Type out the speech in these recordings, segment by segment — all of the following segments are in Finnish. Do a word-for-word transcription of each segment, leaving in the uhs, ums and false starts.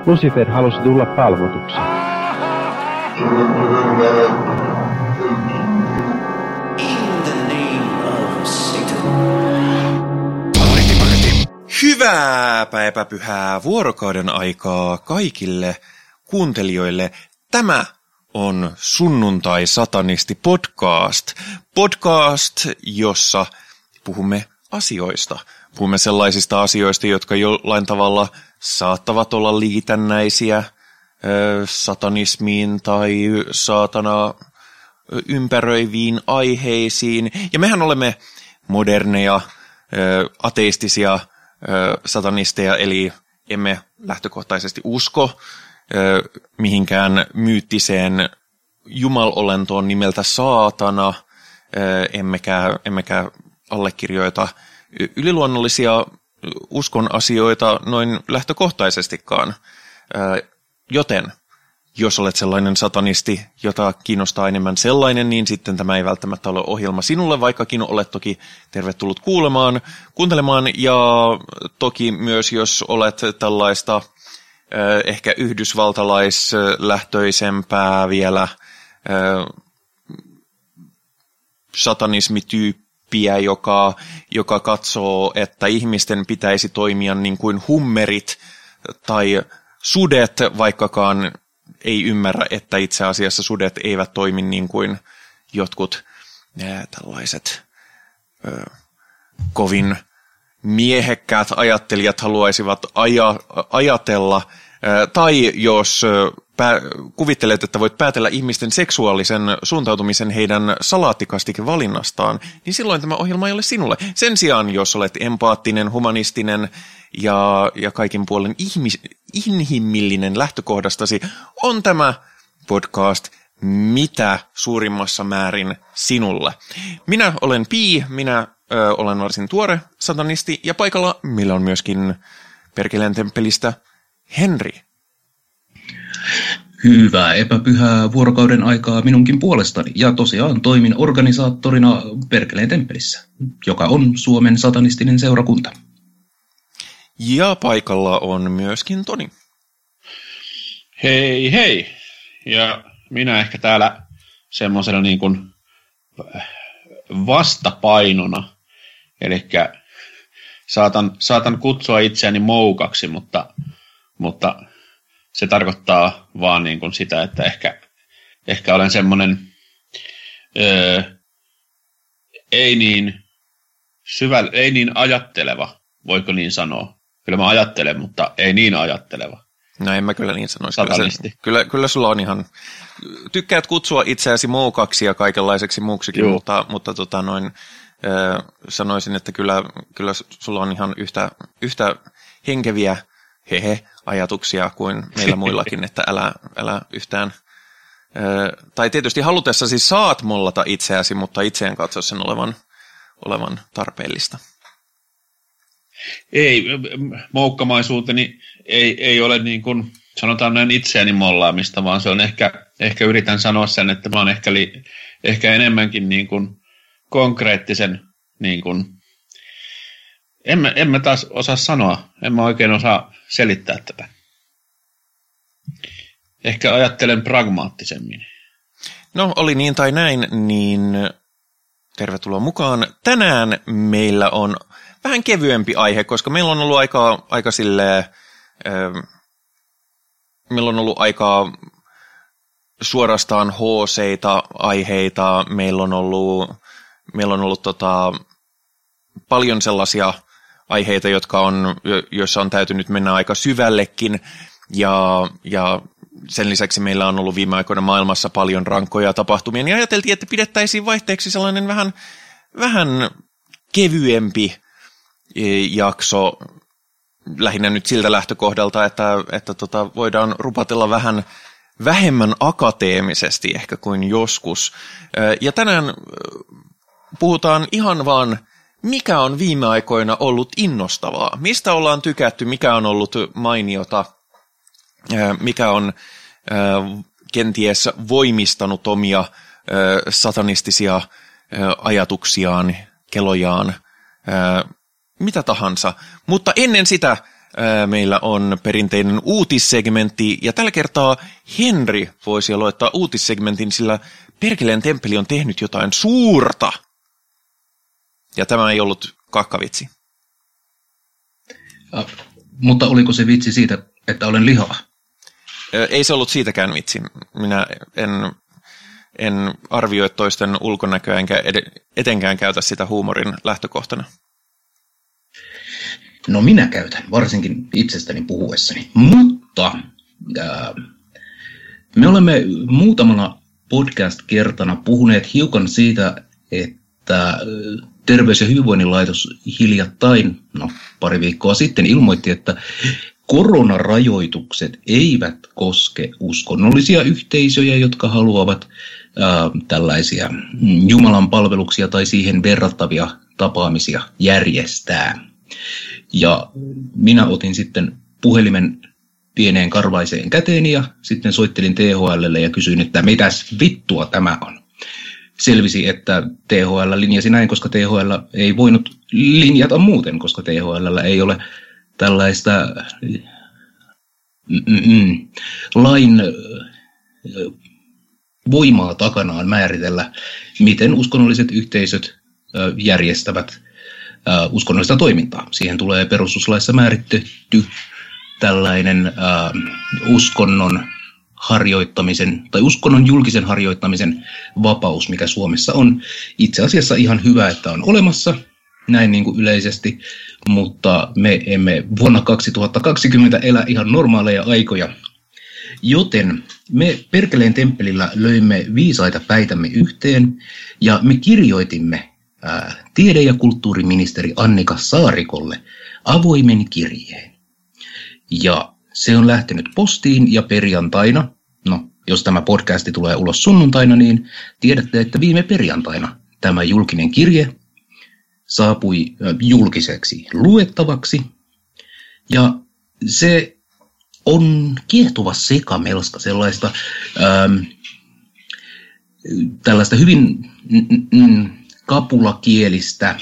Lucifer halusi tulla palvotuksi. Hyvää päiväpyhää vuorokauden aikaa kaikille kuuntelijoille. Tämä on Sunnuntai Satanisti podcast. Podcast, jossa puhumme asioista. Puhumme sellaisista asioista, jotka jollain tavalla saattavat olla liitännäisiä ö, satanismiin tai saatana ympäröiviin aiheisiin. Ja mehän olemme moderneja, ö, ateistisia ö, satanisteja, eli emme lähtökohtaisesti usko ö, mihinkään myyttiseen jumalolentoon nimeltä saatana, ö, emmekä, emmekä allekirjoita yliluonnollisia uskon asioita noin lähtökohtaisestikaan. Joten jos olet sellainen satanisti, jota kiinnostaa enemmän sellainen, niin sitten tämä ei välttämättä ole ohjelma sinulle, vaikkakin olet toki tervetullut kuulemaan, kuuntelemaan. Ja toki myös jos olet tällaista ehkä yhdysvaltalaislähtöisempää vielä satanismityyppiä, Joka, joka katsoo, että ihmisten pitäisi toimia niin kuin hummerit tai sudet, vaikkakaan ei ymmärrä, että itse asiassa sudet eivät toimi niin kuin jotkut ää, tällaiset ää, kovin miehekkäät ajattelijat haluaisivat aja, ajatella. Ää, tai jos Pää, kuvittelet, että voit päätellä ihmisten seksuaalisen suuntautumisen heidän salaattikastikevalinnastaan, niin silloin tämä ohjelma ei ole sinulle. Sen sijaan, jos olet empaattinen, humanistinen ja, ja kaikin puolen ihmis, inhimillinen lähtökohdastasi, on tämä podcast mitä suurimmassa määrin sinulle. Minä olen Pi, minä ö, olen varsin tuore satanisti, ja paikalla meillä on myöskin Perkeleen temppelistä Henri. Hyvää epäpyhää vuorokauden aikaa minunkin puolestani, ja tosiaan toimin organisaattorina Perkeleen temppelissä, joka on Suomen satanistinen seurakunta. Ja paikalla on myöskin Toni. Hei hei, ja minä ehkä täällä semmoisena niin kuin vastapainona, eli saatan, saatan kutsua itseäni moukaksi, mutta... mutta se tarkoittaa vaan niin kuin sitä, että ehkä, ehkä olen semmoinen öö, ei, niin syvä, ei niin ajatteleva, voiko niin sanoa. Kyllä mä ajattelen, mutta ei niin ajatteleva. No en mä kyllä niin sanoisi. Kyllä, se, kyllä, kyllä sulla on ihan, tykkäät kutsua itseäsi moukaksi ja kaikenlaiseksi muuksikin, Juu. mutta, mutta tota noin, öö, sanoisin, että kyllä, kyllä sulla on ihan yhtä, yhtä henkeviä hehe ajatuksia kuin meillä muillakin, että älä, älä yhtään, ö, tai tietysti halutessasi saat mollata itseäsi, mutta itse en katso sen olevan, olevan tarpeellista. Ei, moukkamaisuuteni ei, ei ole niin kuin, sanotaan näin itseäni mollaamista, vaan se on ehkä, ehkä yritän sanoa sen, että mä oon ehkä, li, ehkä enemmänkin niin kuin konkreettisen niin kuin, En mä, en mä taas osaa sanoa. En mä oikein osaa selittää tätä. Ehkä ajattelen pragmaattisemmin. No, oli niin tai näin, niin tervetuloa mukaan. Tänään meillä on vähän kevyempi aihe, koska meillä on ollut aika, aika silleen, äh, meillä on ollut aika suorastaan hooseita aiheita. Meillä on ollut, meillä on ollut tota, paljon sellaisia aiheita, jotka on, joissa on täytynyt mennä aika syvällekin, ja, ja sen lisäksi meillä on ollut viime aikoina maailmassa paljon rankkoja tapahtumia, niin ajateltiin, että pidettäisiin vaihteeksi sellainen vähän, vähän kevyempi jakso, lähinnä nyt siltä lähtökohdalta, että, että tota, voidaan rupatella vähän vähemmän akateemisesti ehkä kuin joskus. Ja tänään puhutaan ihan vaan, mikä on viime aikoina ollut innostavaa? Mistä ollaan tykätty? Mikä on ollut mainiota? Mikä on kenties voimistanut omia satanistisia ajatuksiaan, kelojaan, mitä tahansa. Mutta ennen sitä meillä on perinteinen uutissegmentti, ja tällä kertaa Henri voisi aloittaa uutissegmentin, sillä Perkeleen temppeli on tehnyt jotain suurta. Ja tämä ei ollut kakkavitsi. Ja, mutta oliko se vitsi siitä, että olen lihaa? Ei se ollut siitäkään vitsi. Minä en, en arvioi toisten ulkonäköä, enkä etenkään käytä sitä huumorin lähtökohtana. No minä käytän, varsinkin itsestäni puhuessani. Mutta ää, me olemme muutamana podcast-kertana puhuneet hiukan siitä, että Terveys- ja hyvinvoinnin laitos hiljattain, no pari viikkoa sitten, ilmoitti, että koronarajoitukset eivät koske uskonnollisia yhteisöjä, jotka haluavat ää, tällaisia Jumalan palveluksia tai siihen verrattavia tapaamisia järjestää. Ja minä otin sitten puhelimen pieneen karvaiseen käteeni ja sitten soittelin T H L:lle ja kysyin, että mitäs vittua tämä on. Selvisi, että T H L linjasi näin, koska T H L ei voinut linjata muuten, koska T H L ei ole tällaista mm, lain voimaa takanaan määritellä, miten uskonnolliset yhteisöt järjestävät uskonnollista toimintaa. Siihen tulee perustuslaissa määritetty tällainen uskonnon harjoittamisen tai uskonnon julkisen harjoittamisen vapaus, mikä Suomessa on itse asiassa ihan hyvä, että on olemassa näin niin kuin yleisesti, mutta me emme vuonna kaksituhattakaksikymmentä elä ihan normaaleja aikoja, joten me Perkeleen temppelillä löimme viisaita päitämme yhteen ja me kirjoitimme ää, tiede- ja kulttuuriministeri Annika Saarikolle avoimen kirjeen. Ja se on lähtenyt postiin ja perjantaina, no jos tämä podcasti tulee ulos sunnuntaina, niin tiedätte, että viime perjantaina tämä julkinen kirje saapui julkiseksi luettavaksi. Ja se on kiehtova sekamelska, sellaista ähm, tällaista hyvin mm, kapulakielistä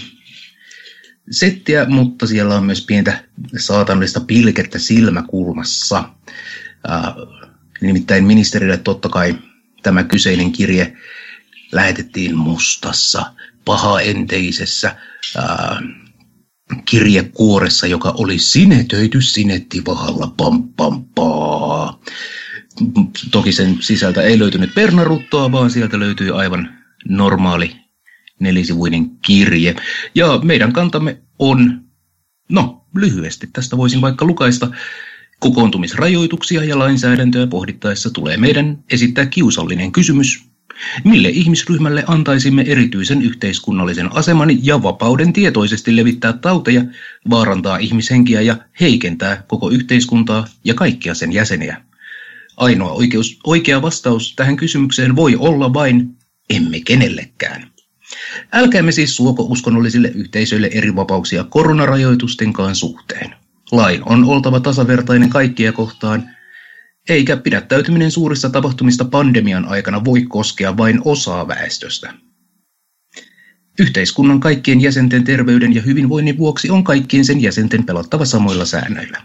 settiä, mutta siellä on myös pientä saatanallista pilkettä silmäkulmassa. Äh, nimittäin ministerille totta kai tämä kyseinen kirje lähetettiin mustassa, pahaenteisessä äh, kirjekuoressa, joka oli sinetöity sinettivahalla, pam pam paa. Toki sen sisältä ei löytynyt pernaruttoa, vaan sieltä löytyi aivan normaali nelisivuinen kirje. Ja meidän kantamme on, no lyhyesti tästä voisin vaikka lukaista, kokoontumisrajoituksia ja lainsäädäntöä pohdittaessa tulee meidän esittää kiusallinen kysymys. Mille ihmisryhmälle antaisimme erityisen yhteiskunnallisen aseman ja vapauden tietoisesti levittää tauteja, vaarantaa ihmishenkiä ja heikentää koko yhteiskuntaa ja kaikkia sen jäseniä? Ainoa oikeus, oikea vastaus tähän kysymykseen voi olla vain emme kenellekään. Älkäämme siis suoko uskonnollisille yhteisöille eri vapauksia koronarajoitustenkaan suhteen. Lain on oltava tasavertainen kaikkia kohtaan, eikä pidättäytyminen suurista tapahtumista pandemian aikana voi koskea vain osaa väestöstä. Yhteiskunnan kaikkien jäsenten terveyden ja hyvinvoinnin vuoksi on kaikkien sen jäsenten pelattava samoilla säännöillä.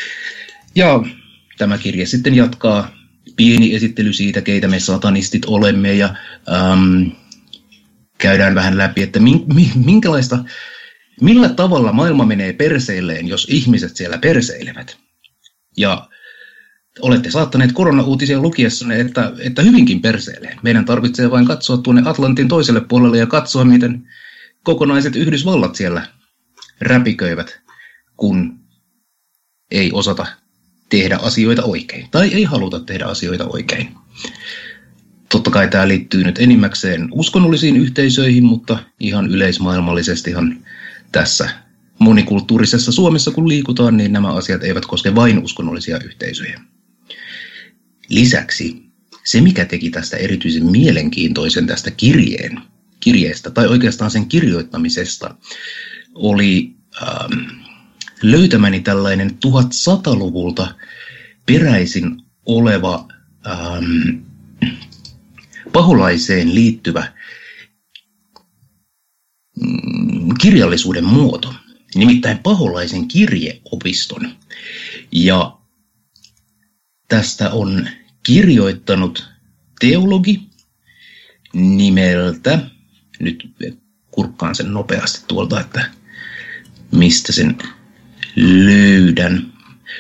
Ja tämä kirje sitten jatkaa pieni esittely siitä, keitä me satanistit olemme, ja äm, käydään vähän läpi, että minkälaista, millä tavalla maailma menee perseilleen, jos ihmiset siellä perseilevät. Ja olette saattaneet korona-uutisia lukiessanne, että, että hyvinkin perseilleen. Meidän tarvitsee vain katsoa tuonne Atlantin toiselle puolelle ja katsoa, miten kokonaiset Yhdysvallat siellä räpiköivät, kun ei osata tehdä asioita oikein. Tai ei haluta tehdä asioita oikein. Totta kai tämä liittyy nyt enimmäkseen uskonnollisiin yhteisöihin, mutta ihan yleismaailmallisestihan tässä monikulttuurisessa Suomessa kun liikutaan, niin nämä asiat eivät koske vain uskonnollisia yhteisöjä. Lisäksi se, mikä teki tästä erityisen mielenkiintoisen tästä kirjeen, kirjeestä, tai oikeastaan sen kirjoittamisesta, oli ähm, löytämäni tällainen tuhatsataluvulta peräisin oleva ähm, paholaiseen liittyvä mm, kirjallisuuden muoto. nimittäin Paholaisen kirjeopiston. Ja tästä on kirjoittanut teologi nimeltä, nyt kurkkaan sen nopeasti tuolta, että mistä sen löydän.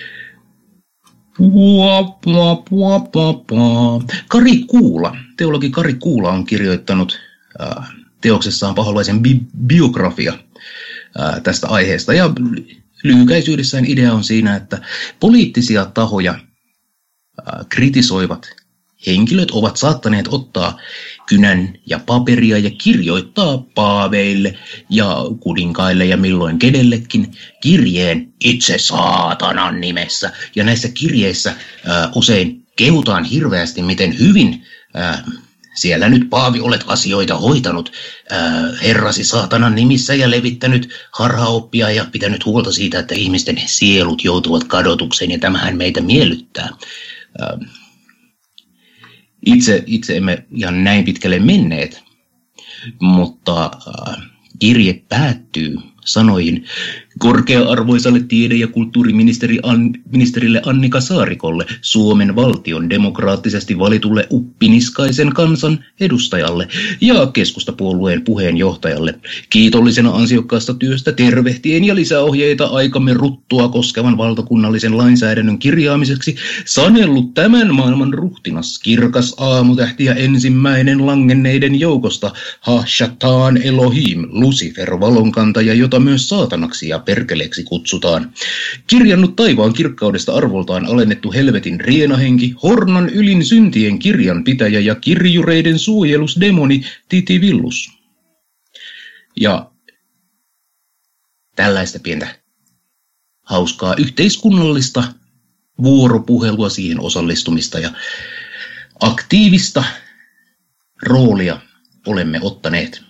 Kari Kuula, teologi Kari Kuula on kirjoittanut äh, teoksessaan Paholaisen bi- biografia äh, tästä aiheesta. Ja lyhykäisyydessään idea on siinä, että poliittisia tahoja äh, kritisoivat henkilöt ovat saattaneet ottaa kynän ja paperia ja kirjoittaa paaveille ja kuninkaille ja milloin kenellekin kirjeen itse saatanan nimessä. Ja näissä kirjeissä äh, usein kehutaan hirveästi, miten hyvin äh, siellä nyt paavi olet asioita hoitanut äh, herrasi saatanan nimissä ja levittänyt harhaoppia ja pitänyt huolta siitä, että ihmisten sielut joutuvat kadotukseen ja tämähän meitä miellyttää. Äh, Itse, itse emme ihan näin pitkälle menneet, mutta äh, kirje päättyy sanoihin korkea-arvoisalle tiede- ja kulttuuriministeri An- ministerille Annika Saarikolle, Suomen valtion demokraattisesti valitulle uppiniskaisen kansan edustajalle ja keskustapuolueen puheenjohtajalle. Kiitollisena ansiokkaasta työstä tervehtien ja lisäohjeita aikamme ruttua koskevan valtakunnallisen lainsäädännön kirjaamiseksi sanellut tämän maailman ruhtinas, kirkas aamutähti ja ensimmäinen langenneiden joukosta, Ha-Shatan Elohim, Lucifer, valonkantaja, jota myös saatanaksi ja perkeleeksi kutsutaan. Kirjannut taivaan kirkkaudesta arvoltaan alennettu helvetin rienahenki, hornan ylin syntien kirjanpitäjä ja kirjureiden suojelusdemoni Titivillus. Ja tällaista pientä hauskaa yhteiskunnallista vuoropuhelua, siihen osallistumista ja aktiivista roolia olemme ottaneet.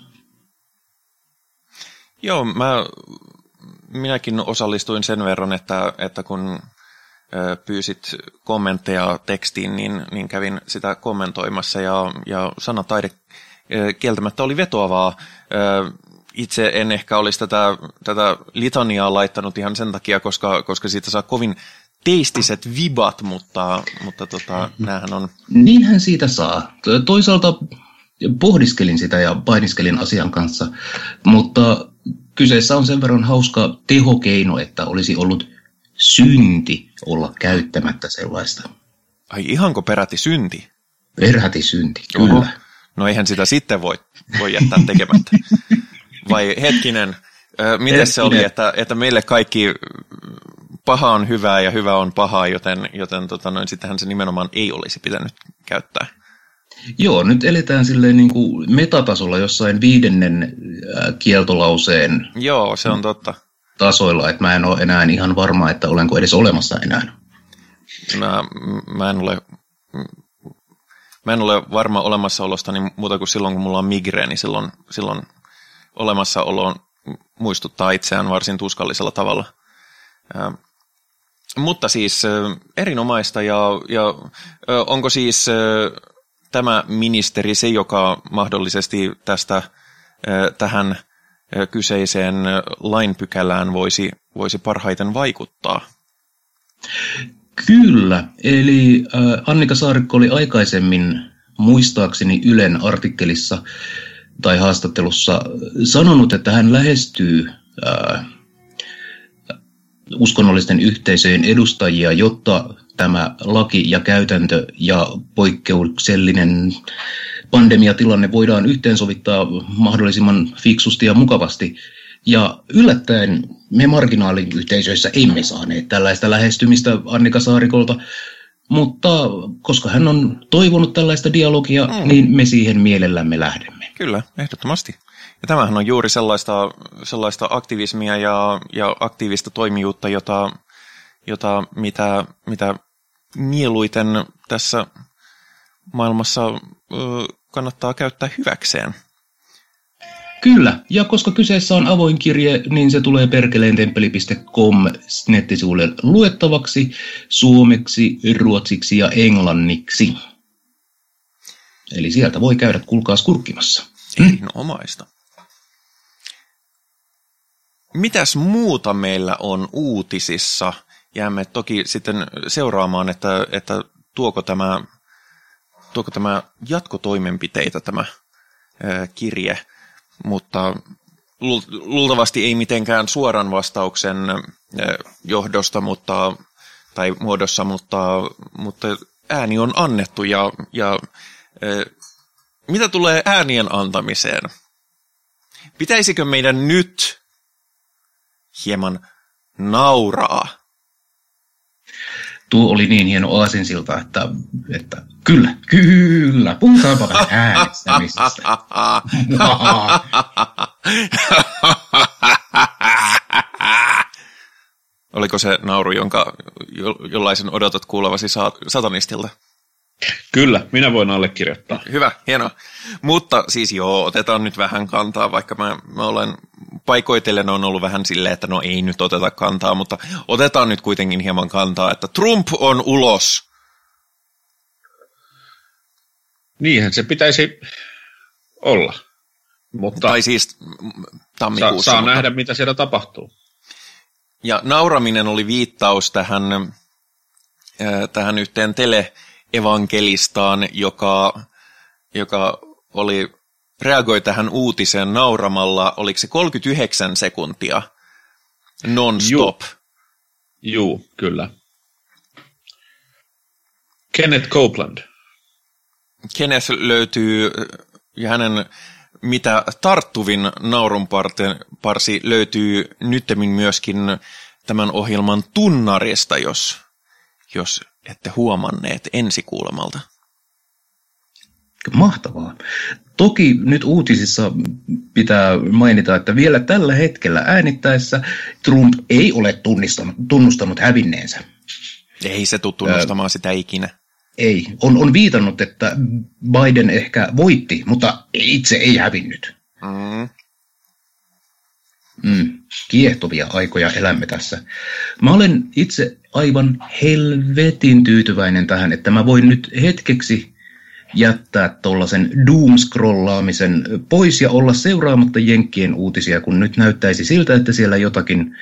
Joo, mä, minäkin osallistuin sen verran, että, että kun ö, pyysit kommentteja tekstiin, niin, niin kävin sitä kommentoimassa ja, ja sanataide ö, kieltämättä oli vetoavaa. Ö, itse en ehkä olisi tätä, tätä litaniaa laittanut ihan sen takia, koska, koska siitä saa kovin teistiset vibat, mutta, mutta tota, näähän on... Niinhän siitä saa. Toisaalta pohdiskelin sitä ja painiskelin asian kanssa, mutta kyseessä on sen verran hauska tehokeino, että olisi ollut synti olla käyttämättä sellaista. Ai ihanko peräti synti? Peräti synti, kyllä. Oho. No eihän sitä sitten voi, voi jättää tekemättä. Vai hetkinen, miten se oli, että, että meille kaikki paha on hyvää ja hyvä on pahaa, joten, joten tota noin, sittenhän se nimenomaan ei olisi pitänyt käyttää. Joo, nyt eletään silleen niin kuin metatasolla jossain viidennen kieltolauseen. Joo, se on totta. Tasoilla, että mä en ole enää ihan varma, että olenko edes olemassa enää. Mä, mä, en, ole, mä en ole varma olemassaolostani muuta kuin silloin, kun mulla on migreeni. Silloin, silloin olemassaolo muistuttaa itseään varsin tuskallisella tavalla. Äh, mutta siis äh, erinomaista ja, ja äh, onko siis... Äh, tämä ministeri se, joka mahdollisesti tästä äh, tähän äh, kyseiseen lainpykälään voisi, voisi parhaiten vaikuttaa? Kyllä, eli äh, Annika Saarikko oli aikaisemmin muistaakseni Ylen artikkelissa tai haastattelussa sanonut, että hän lähestyy äh, uskonnollisten yhteisöjen edustajia, jotta tämä laki ja käytäntö ja poikkeuksellinen pandemiatilanne voidaan yhteensovittaa mahdollisimman fiksusti ja mukavasti. Ja yllättäen me marginaaliyhteisöissä emme saaneet tällaista lähestymistä Annika Saarikolta, mutta koska hän on toivonut tällaista dialogia, mm. niin me siihen mielellämme lähdemme. Kyllä, ehdottomasti. Ja tämähän on juuri sellaista, sellaista aktivismia ja, ja aktiivista toimijuutta, jota, jota mitä, mitä mieluiten tässä maailmassa ö, kannattaa käyttää hyväkseen. Kyllä, ja koska kyseessä on avoin kirje, niin se tulee perkeleentempeli piste com nettisivuille luettavaksi suomeksi, ruotsiksi ja englanniksi. Eli sieltä voi käydä kuulkaas kurkkimassa. Erinomaista. mitäs muuta meillä on uutisissa? Jäämme toki sitten seuraamaan, että, että tuoko tämä, tuoko tämä jatkotoimenpiteitä tämä ää, kirje, mutta luultavasti ei mitenkään suoran vastauksen johdosta mutta, tai muodossa, mutta, mutta ääni on annettu. Ja, ja mitä tulee äänien antamiseen? Pitäisikö meidän nyt hieman nauraa? Tuo oli niin hieno aasinsilta, että, että kyllä, kyllä, puhutaanpa vähän äänestämisestä. Oliko se nauru, jonka jo, jollaisen odotat kuulevasi satanistilta? Kyllä, minä voin allekirjoittaa. Hyvä, hienoa. Mutta siis joo, otetaan nyt vähän kantaa, vaikka mä, mä olen paikoitellen on ollut vähän silleen, että no ei nyt oteta kantaa, mutta otetaan nyt kuitenkin hieman kantaa, että Trump on ulos. Niinhän se pitäisi olla. Mutta tai siis tammikuussa. Saa, saa mutta nähdä, mitä siellä tapahtuu. Ja nauraminen oli viittaus tähän, tähän yhteen tele-evankelistaan, joka, joka oli, reagoi tähän uutiseen nauramalla, oliko se kolmekymmentäyhdeksän sekuntia non-stop? Juu, Juu kyllä. Kenneth Copeland. Kenneth löytyy, ja hänen mitä tarttuvin naurunparsi löytyy nyttemmin myöskin tämän ohjelman tunnarista, jos, jos ette huomanneet ensikuulemalta. Mahtavaa. Toki nyt uutisissa pitää mainita, että vielä tällä hetkellä äänittäessä Trump ei ole tunnistanut, tunnustanut hävinneensä. Ei se tule tunnustamaan Ö, sitä ikinä. Ei. On, on viitannut, että Biden ehkä voitti, mutta itse ei hävinnyt. Mm. Mm, kiehtovia aikoja elämme tässä. Mä olen itse aivan helvetin tyytyväinen tähän, että mä voin nyt hetkeksi jättää tuollaisen doom-scrollaamisen pois ja olla seuraamatta Jenkkien uutisia, kun nyt näyttäisi siltä, että siellä jotakin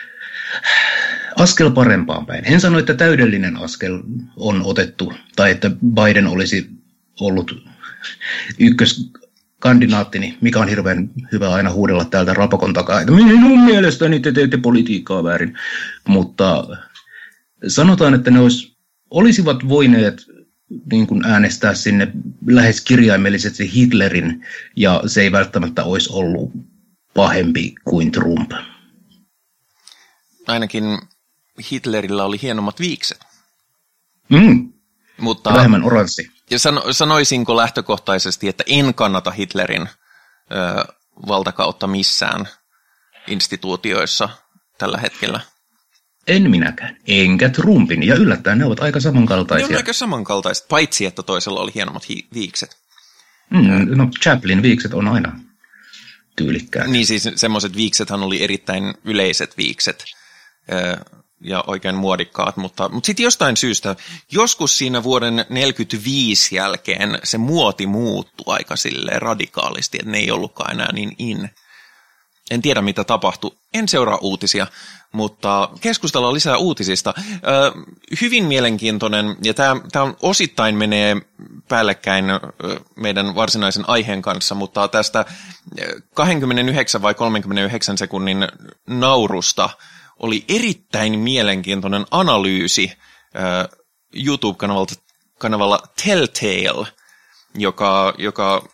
askel parempaan päin. En sano, että täydellinen askel on otettu, tai että Biden olisi ollut ykköskandinaattini, mikä on hirveän hyvä aina huudella täältä rapakon takaa, että minun mielestäni te teette politiikkaa väärin. Mutta sanotaan, että ne olisi, olisivat voineet niin kuin äänestää sinne lähes kirjaimellisesti Hitlerin, ja se ei välttämättä olisi ollut pahempi kuin Trump. Ainakin Hitlerillä oli hienommat viikset. Mm. Mutta vähemmän oranssi. Ja sano, sanoisinko lähtökohtaisesti, että en kannata Hitlerin ö, valtakautta missään instituutioissa tällä hetkellä? En minäkään, enkä Trumpin, ja yllättäen ne ovat aika samankaltaisia. Ne on aika samankaltaiset, paitsi että toisella oli hienommat hi- viikset. Mm, no Chaplin viikset on aina tyylikkäät. Niin siis semmoiset viiksethän oli erittäin yleiset viikset ja oikein muodikkaat, mutta, mutta sitten jostain syystä, joskus siinä vuoden neljäkymmentäviisi jälkeen se muoti muuttui aika silleen radikaalisti, että ne ei ollutkaan enää niin in. En tiedä, mitä tapahtui. En seuraa uutisia, mutta keskustellaan lisää uutisista. Ö, hyvin mielenkiintoinen, ja tämä on osittain menee päällekkäin ö, meidän varsinaisen aiheen kanssa, mutta tästä kaksikymmentäyhdeksän vai kolmekymmentäyhdeksän sekunnin naurusta oli erittäin mielenkiintoinen analyysi ö, YouTube-kanavalta kanavalla Telltale, joka... joka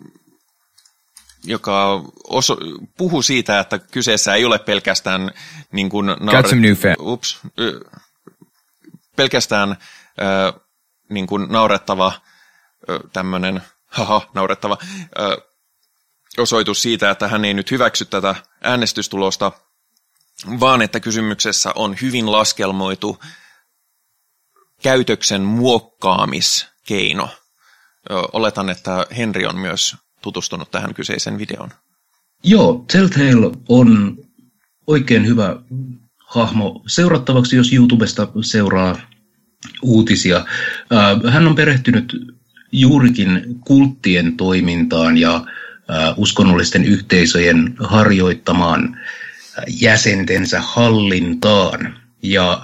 joka oso, puhuu siitä, että kyseessä ei ole pelkästään niin kuin nauret, ups, pelkästään äh, niin kuin naurettava äh, tämmöinen haha, naurettava äh, osoitus siitä, että hän ei nyt hyväksy tätä äänestystulosta, vaan että kysymyksessä on hyvin laskelmoitu käytöksen muokkaamiskeino. Ö, oletan, että Henri on myös tutustunut tähän kyseisen videon. Joo, Telltale on oikein hyvä hahmo seurattavaksi, jos YouTubesta seuraa uutisia. Hän on perehtynyt juurikin kulttien toimintaan ja uskonnollisten yhteisöjen harjoittamaan jäsentensä hallintaan. Ja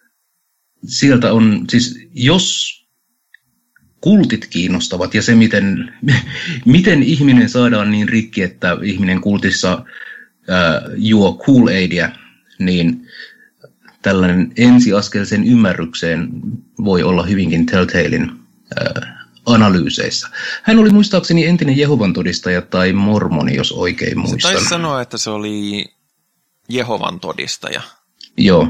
sieltä on, siis jos kultit kiinnostavat ja se, miten, miten ihminen saadaan niin rikki, että ihminen kultissa ää, juo Kool-Aidia, niin tällainen ensiaskel sen ymmärrykseen voi olla hyvinkin Telltalein ää, analyyseissä. Hän oli muistaakseni entinen Jehovan todistaja tai mormoni, jos oikein muistan. Se taisi sanoa, että se oli Jehovan todistaja. Joo.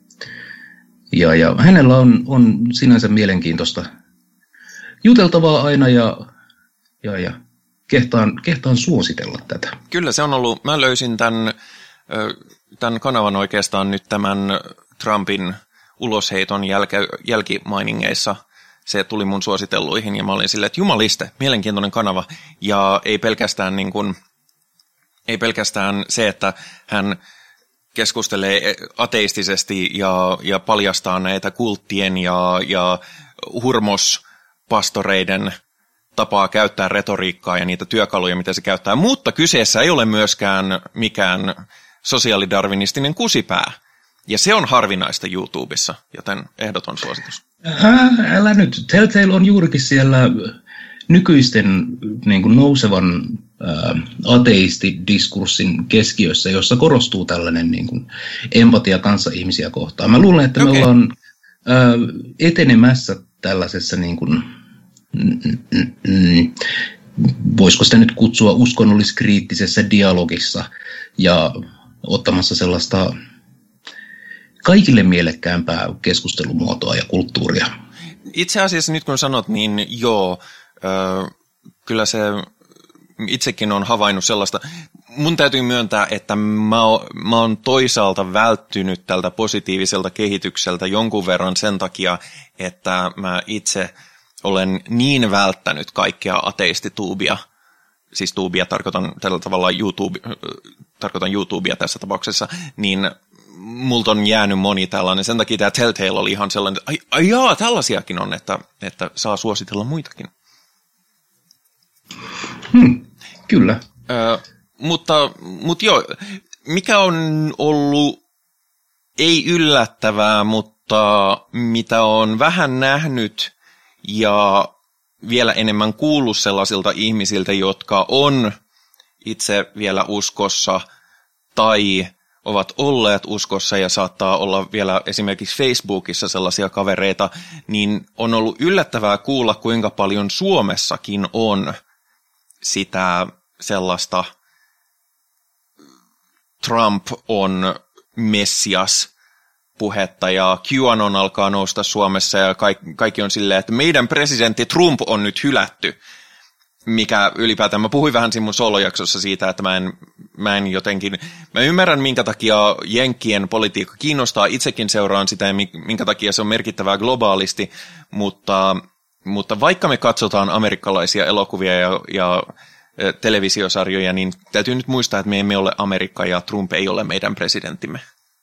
Ja, ja hänellä on, on sinänsä mielenkiintoista juteltavaa aina ja, ja, ja kehtaan, kehtaan suositella tätä. Kyllä se on ollut, mä löysin tämän, tämän kanavan oikeastaan nyt tämän Trumpin ulosheiton jälke, jälkimainingeissa. Se tuli mun suositelluihin ja mä olin silleen, että jumaliste, mielenkiintoinen kanava ja ei pelkästään, niin kuin, ei pelkästään se, että hän keskustelee ateistisesti ja, ja paljastaa näitä kulttien ja, ja hurmospastoreiden tapaa käyttää retoriikkaa ja niitä työkaluja, mitä se käyttää. Mutta kyseessä ei ole myöskään mikään sosiaalidarwinistinen kusipää. Ja se on harvinaista YouTubessa, joten ehdoton suositus. Äh, älä nyt. Telltale on juurikin siellä nykyisten niin kuin nousevan äh, ateistidiskurssin keskiössä, jossa korostuu tällainen niin kuin empatia kanssaihmisiä kohtaan. Mä luulen, että me okay. ollaan äh, etenemässä tällaisessa, niin kuin, mm, mm, mm, voisiko sitä nyt kutsua uskonnolliskriittisessä dialogissa ja ottamassa sellaista kaikille mielekkäämpää keskustelumuotoa ja kulttuuria. Itse asiassa nyt kun sanot, niin joo, äh, kyllä se itsekin on havainnut sellaista. Mun täytyy myöntää, että mä, o, mä oon toisaalta välttynyt tältä positiiviselta kehitykseltä jonkun verran sen takia, että mä itse olen niin välttänyt kaikkea ateistituubia. Siis tuubia tarkoitan tällä tavalla YouTube, tarkoitan YouTubea tässä tapauksessa, niin multa on jäänyt moni tällainen. Sen takia tämä Telltale oli ihan sellainen, että ai, ai jaa, tällaisiakin on, että, että saa suositella muitakin. Hmm, kyllä. Ö, mutta, mutta joo, mikä on ollut ei yllättävää, mutta mitä on vähän nähnyt ja vielä enemmän kuullut sellaisilta ihmisiltä, jotka on itse vielä uskossa tai ovat olleet uskossa ja saattaa olla vielä esimerkiksi Facebookissa sellaisia kavereita, niin on ollut yllättävää kuulla, kuinka paljon Suomessakin on sitä sellaista Trump on messias puhetta ja QAnon alkaa nousta Suomessa ja kaikki, kaikki on silleen, että meidän presidentti Trump on nyt hylätty, mikä ylipäätään, mä puhuin vähän siinä mun solojaksossa siitä, että mä en, mä en jotenkin, mä ymmärrän minkä takia Jenkkien politiikka kiinnostaa, itsekin seuraan sitä ja minkä takia se on merkittävää globaalisti, mutta, mutta vaikka me katsotaan amerikkalaisia elokuvia ja, ja televisiosarjoja, niin täytyy nyt muistaa, että me emme ole Amerikka ja Trump ei ole meidän presidenttimme.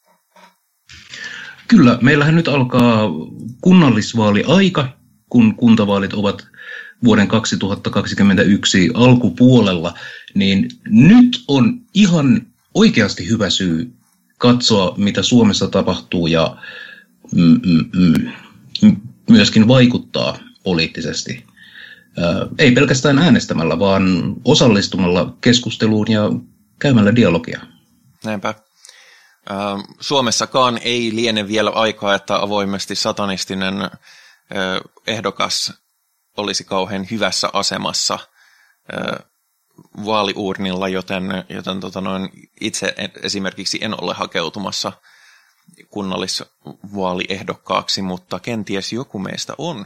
Kyllä, meillähän nyt alkaa kunnallisvaaliaika, kun kuntavaalit ovat vuoden kaksituhattakaksikymmentäyksi alkupuolella, niin nyt on ihan oikeasti hyvä syy katsoa, mitä Suomessa tapahtuu ja mm, mm, mm, myöskin vaikuttaa poliittisesti. Ää, ei pelkästään äänestämällä, vaan osallistumalla keskusteluun ja käymällä dialogia. Näinpä. Suomessakaan ei liene vielä aikaa, että avoimesti satanistinen ehdokas olisi kauhean hyvässä asemassa vaaliuurnilla, joten, joten tota noin, itse esimerkiksi en ole hakeutumassa kunnallisvaaliehdokkaaksi, mutta kenties joku meistä on.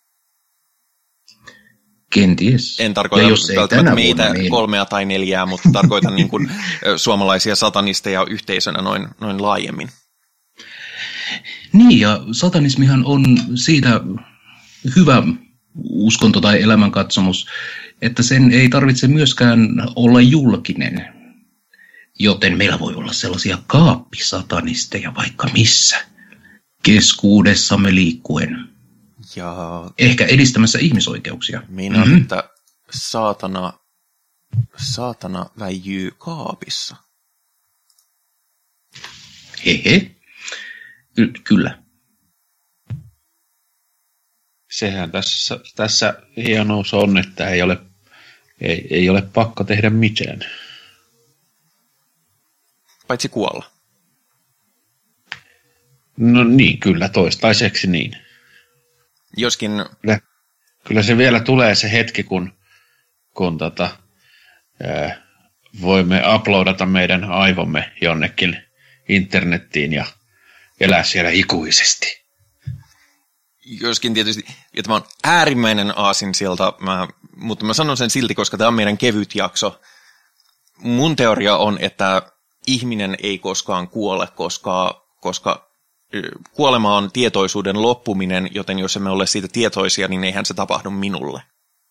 Kenties. En tarkoita välttämättä meitä niin kolmea tai neljää, mutta tarkoitan niin kuin suomalaisia satanisteja yhteisönä noin, noin laajemmin. Niin, ja satanismihan on siitä hyvä uskonto tai elämänkatsomus, että sen ei tarvitse myöskään olla julkinen. Joten meillä voi olla sellaisia kaappisatanisteja vaikka missä, keskuudessamme liikkuen. Ja ehkä edistämässä ihmisoikeuksia. Minä, mm-hmm. että saatana, saatana väijyy kaapissa. Hehe. Ky- kyllä. Sehän tässä, tässä hienous on, että ei ole, ei, ei ole pakko tehdä mitään. Paitsi kuolla. No niin, kyllä toistaiseksi niin. Joskin... Kyllä, kyllä se vielä tulee se hetki, kun, kun tota, ää, voimme uploadata meidän aivomme jonnekin internettiin ja elää siellä ikuisesti. Joskin tietysti, ja tämä on äärimmäinen aasinsilta, mä, mutta mä sanon sen silti, koska tämä on meidän kevyt jakso. Mun teoria on, että ihminen ei koskaan kuole, koska, koska kuolema on tietoisuuden loppuminen, joten jos emme ole siitä tietoisia, niin eihän se tapahdu minulle.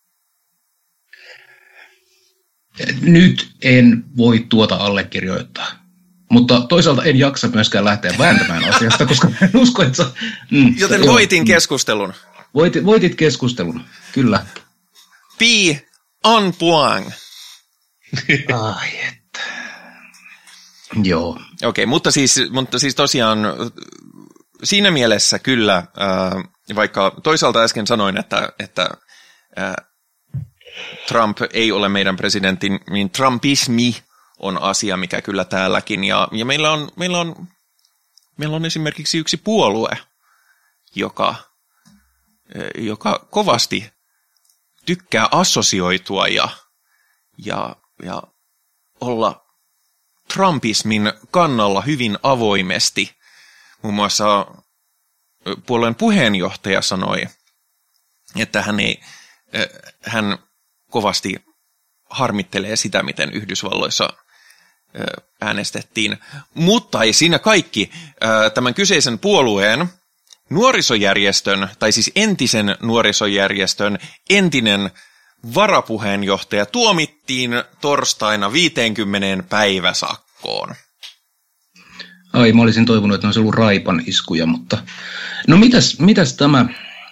Nyt en voi tuota allekirjoittaa. Mutta toisaalta en jaksa myöskään lähteä vääntämään asiasta, koska en usko, että sä... Mm, Joten joo, voitin keskustelun. Voitit, voitit keskustelun, kyllä. Pi en point. Ai että. Joo. Okei, okay, mutta, siis, mutta siis tosiaan siinä mielessä kyllä, äh, vaikka toisaalta äsken sanoin, että, että äh, Trump ei ole meidän presidentti, niin trumpismi on asia, mikä kyllä täälläkin. Ja, ja meillä, on, meillä, on, meillä on esimerkiksi yksi puolue, joka, joka kovasti tykkää assosioitua ja, ja, ja olla trumpismin kannalla hyvin avoimesti. Muun muassa puolueen puheenjohtaja sanoi, että hän, ei, hän kovasti harmittelee sitä, miten Yhdysvalloissa äänestettiin. Mutta ei siinä kaikki. Tämän kyseisen puolueen nuorisojärjestön, tai siis entisen nuorisojärjestön entinen varapuheenjohtaja tuomittiin torstaina viisikymmentä päiväsakkoon. Ai, mä olisin toivonut, että ne olisi ollut raipan iskuja, mutta... No mitäs, mitäs tämä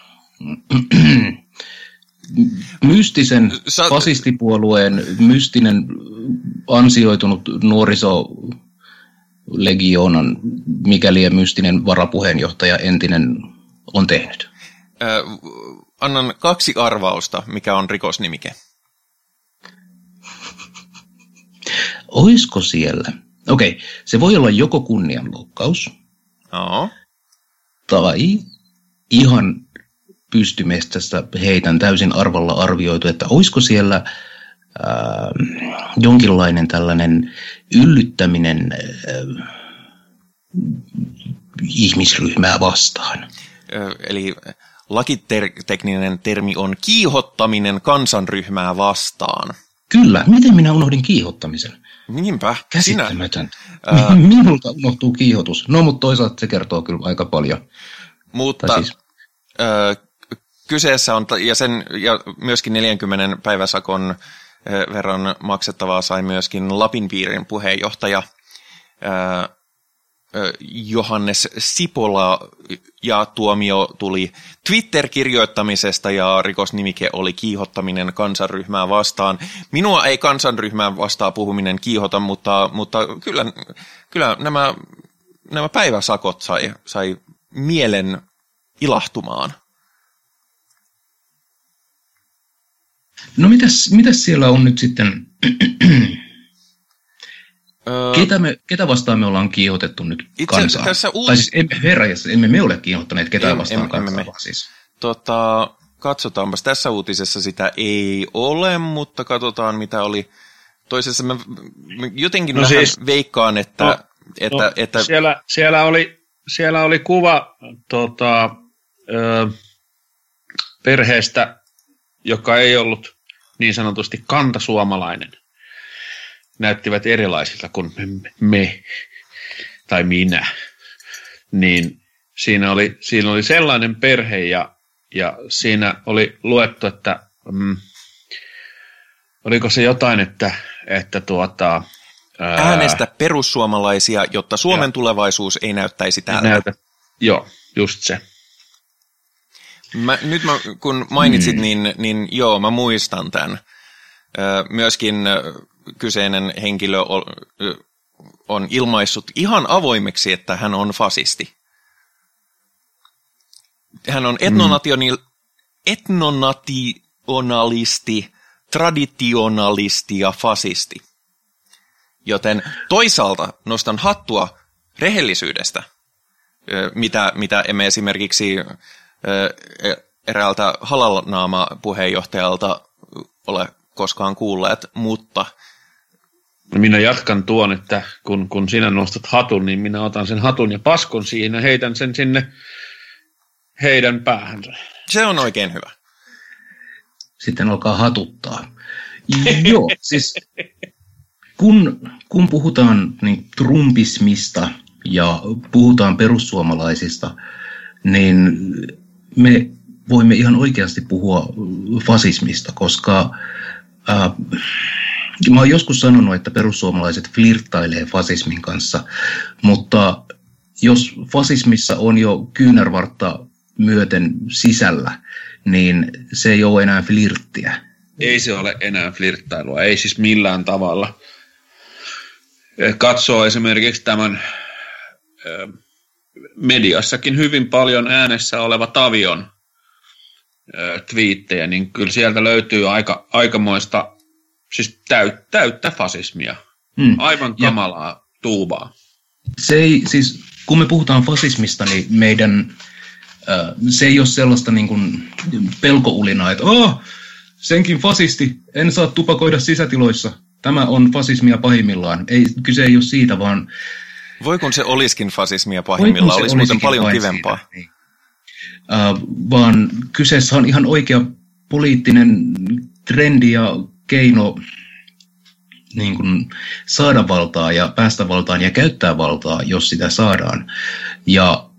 mystisen Sä... fasistipuolueen mystinen ansioitunut nuorisolegioonan mikäli mystinen varapuheenjohtaja entinen on tehnyt? Ö, annan kaksi arvausta, mikä on rikosnimike. Oisko siellä? Okei, okay, se voi olla joko kunnianloukkaus, no. tai ihan pystymestästä heitän täysin arvalla arvioitu, että olisiko siellä ää, jonkinlainen tällainen yllyttäminen ää, ihmisryhmää vastaan. Ö, eli lakitekninen termi on kiihottaminen kansanryhmää vastaan. Kyllä, miten minä unohdin kiihottamisen? Niinpä, käsittämätön. Ää... Minulta unohtuu kiihotus. No, mutta toisaalta se kertoo kyllä aika paljon. Mutta siis... ö, kyseessä on, ja, sen, ja myöskin neljänkymmenen päiväsakon verran maksettavaa sai myöskin Lapin piirin puheenjohtaja ää, Johannes Sipola, ja tuomio tuli Twitter-kirjoittamisesta ja rikosnimike oli kiihottaminen kansanryhmää vastaan. Minua ei kansanryhmään vastaan puhuminen kiihota, mutta, mutta kyllä, kyllä nämä, nämä päiväsakot sai, sai mielen ilahtumaan. No mitäs, mitäs siellä on nyt sitten, ketä, me, ketä vastaan me ollaan kiihotettu nyt kansaa? Tässä uusi... Tai siis emme, herrajassa, emme me ole kiihottaneet ketään em, vastaan em, kansaa, me. siis. Tota, katsotaanpas, tässä uutisessa sitä ei ole, mutta katsotaan mitä oli toisessa. Mä jotenkin no vähän siis, veikkaan, että... No, että, no, että... Siellä, siellä, oli, siellä oli kuva tota, ö, perheestä, joka ei ollut niin sanotusti kantasuomalainen. Näyttivät erilaisilta kuin me tai minä. Niin siinä oli, siinä oli sellainen perhe ja, ja siinä oli luettu, että mm, oliko se jotain, että, että tuota... Ää, äänestä perussuomalaisia, jotta Suomen ja, tulevaisuus ei näyttäisi täältä. Näytä, joo, just se. Mä, nyt mä, kun mainitsit, mm. niin, niin joo, mä muistan tämän. Ö, myöskin kyseinen henkilö on ilmaissut ihan avoimeksi, että hän on fasisti. Hän on etnonationil, etnonationalisti, traditionalisti ja fasisti. Joten toisaalta nostan hattua rehellisyydestä, mitä, mitä emme esimerkiksi eräältä Halal-naama-puheenjohtajalta ole koskaan kuulleet, mutta... Minä jatkan tuon, että kun, kun sinä nostat hatun, niin minä otan sen hatun ja paskon siihen ja heitän sen sinne heidän päähänsä. Se on oikein hyvä. Sitten alkaa hatuttaa. Joo, siis kun, kun puhutaan niin trumpismista ja puhutaan perussuomalaisista, niin me voimme ihan oikeasti puhua fasismista, koska ää, mä oon joskus sanonut, että perussuomalaiset flirttailee fasismin kanssa, mutta jos fasismissa on jo kyynärvartta myöten sisällä, niin se ei ole enää flirttiä. Ei se ole enää flirttailua, ei siis millään tavalla. Katsoo esimerkiksi tämän mediassakin hyvin paljon äänessä oleva Tavion twiittejä, niin kyllä sieltä löytyy aika, aikamoista, siis täyt, täyttä fasismia. Mm. Aivan kamalaa ja tuubaa. Se ei, siis kun me puhutaan fasismista, niin meidän, äh, se ei ole sellaista niin kuin pelkoulinaa, että oh, senkin fasisti, en saa tupakoida sisätiloissa. Tämä on fasismia pahimmillaan. Ei, kyse ei ole siitä, vaan... Voi kun se olisikin fasismia pahimmillaan, olisi muuten paljon kivempaa. Siitä, niin. uh, vaan kyseessä on ihan oikea poliittinen trendi ja keino niin kuin saada valtaa ja päästä valtaan ja käyttää valtaa, jos sitä saadaan. Ja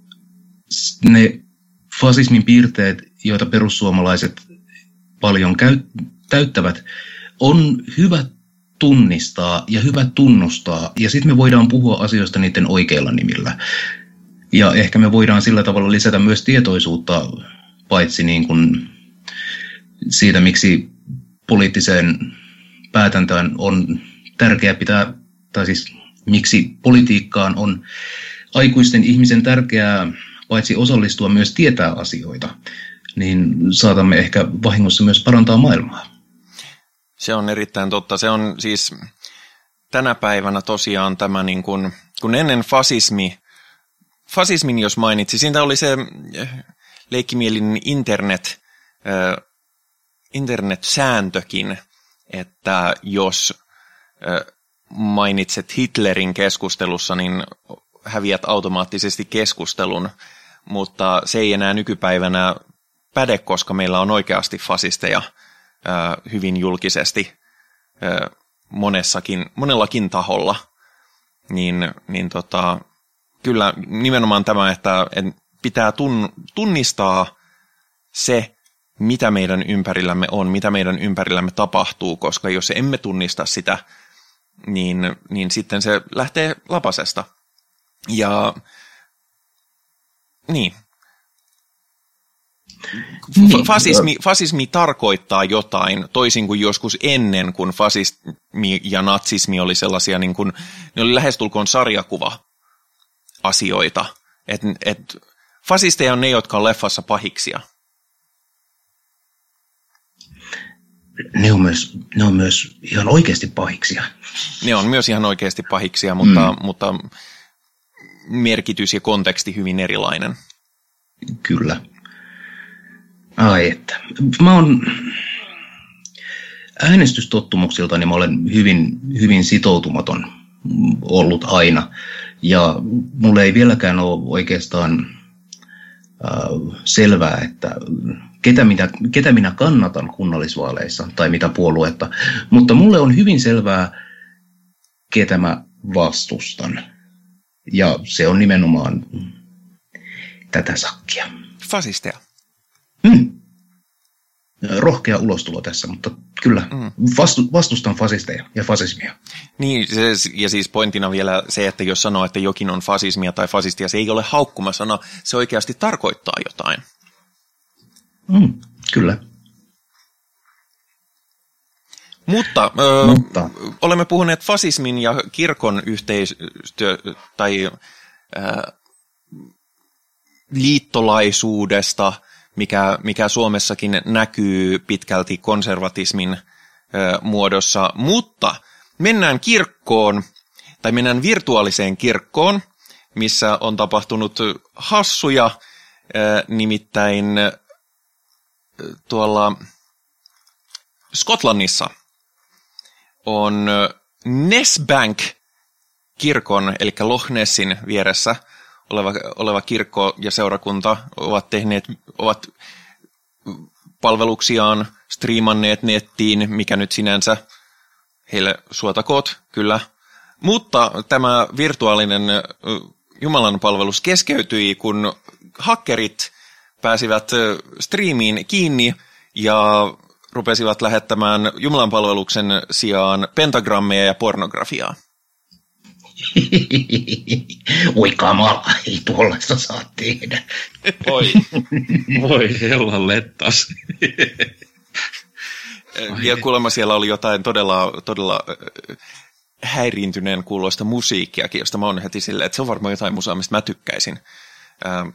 ne fasismin piirteet, joita perussuomalaiset paljon käy, täyttävät, on hyvä tunnistaa ja hyvä tunnustaa, ja sitten me voidaan puhua asioista niiden oikeilla nimillä. Ja ehkä me voidaan sillä tavalla lisätä myös tietoisuutta, paitsi niin kuin siitä, miksi poliittiseen päätäntöön on tärkeää pitää, tai siis miksi politiikkaan on aikuisten ihmisen tärkeää paitsi osallistua, myös tietää asioita, niin saatamme ehkä vahingossa myös parantaa maailmaa. Se on erittäin totta. Se on siis tänä päivänä tosiaan tämä, niin kuin, kun ennen fasismi, fasismin jos mainitsi, siitä oli se leikkimielinen internet, äh, internet-sääntökin, että jos äh, mainitset Hitlerin keskustelussa, niin häviät automaattisesti keskustelun, mutta se ei enää nykypäivänä päde, koska meillä on oikeasti fasisteja hyvin julkisesti monessakin, monellakin taholla, niin, niin tota, kyllä nimenomaan tämä, että pitää tun, tunnistaa se, mitä meidän ympärillämme on, mitä meidän ympärillämme tapahtuu, koska jos emme tunnista sitä, niin, niin sitten se lähtee lapasesta. Ja niin. Fasismi, fasismi tarkoittaa jotain, toisin kuin joskus ennen, kun fasismi ja natsismi oli sellaisia, niin kuin, ne oli lähestulkoon sarjakuva-asioita. Et, et, fasisteja on ne, jotka on leffassa pahiksia. Ne on myös, ne on myös ihan oikeasti pahiksia. Ne on myös ihan oikeasti pahiksia, mutta, mm. mutta merkitys ja konteksti hyvin erilainen. Kyllä. Ai että. Mä oon äänestystottumuksiltani mä olen hyvin, hyvin sitoutumaton ollut aina. Ja mulle ei vieläkään ole oikeastaan äh, selvää, että ketä minä, ketä minä kannatan kunnallisvaaleissa tai mitä puoluetta. Mutta mulle on hyvin selvää, ketä mä vastustan. Ja se on nimenomaan tätä sakkia. Fasisteja. Hmm. Rohkea ulostulo tässä, mutta kyllä mm. vastu, vastustan fasisteja ja fasismia. Niin, se, ja siis pointtina vielä se, että jos sanoo, että jokin on fasismia tai fasistia, se ei ole haukkumasana, se oikeasti tarkoittaa jotain. Mm, kyllä. Mutta, ö, Mutta olemme puhuneet fasismin ja kirkon yhteistyö tai ö, liittolaisuudesta, mikä, mikä Suomessakin näkyy pitkälti konservatismin ö, muodossa, mutta mennään kirkkoon, tai mennään virtuaaliseen kirkkoon, missä on tapahtunut hassuja, ö, nimittäin tuolla Skotlannissa on Nesbank-kirkon, eli Loch Nessin vieressä oleva, oleva kirkko ja seurakunta ovat tehneet, ovat palveluksiaan striimanneet nettiin, mikä nyt sinänsä heille suotakoot, kyllä. Mutta tämä virtuaalinen Jumalan palvelus keskeytyi, kun hakkerit pääsivät striimiin kiinni ja rupesivat lähettämään Jumalan palveluksen sijaan pentagrammeja ja pornografiaa. Oi kamala, ei tuollaista saa tehdä. Voi, voi hella lettas. Ja kuulemma siellä oli jotain todella, todella häiriintyneen kuuloista musiikkiakin, josta mä oon heti silleen, että se on varmaan jotain musaa, mistä mä tykkäisin. Ähm,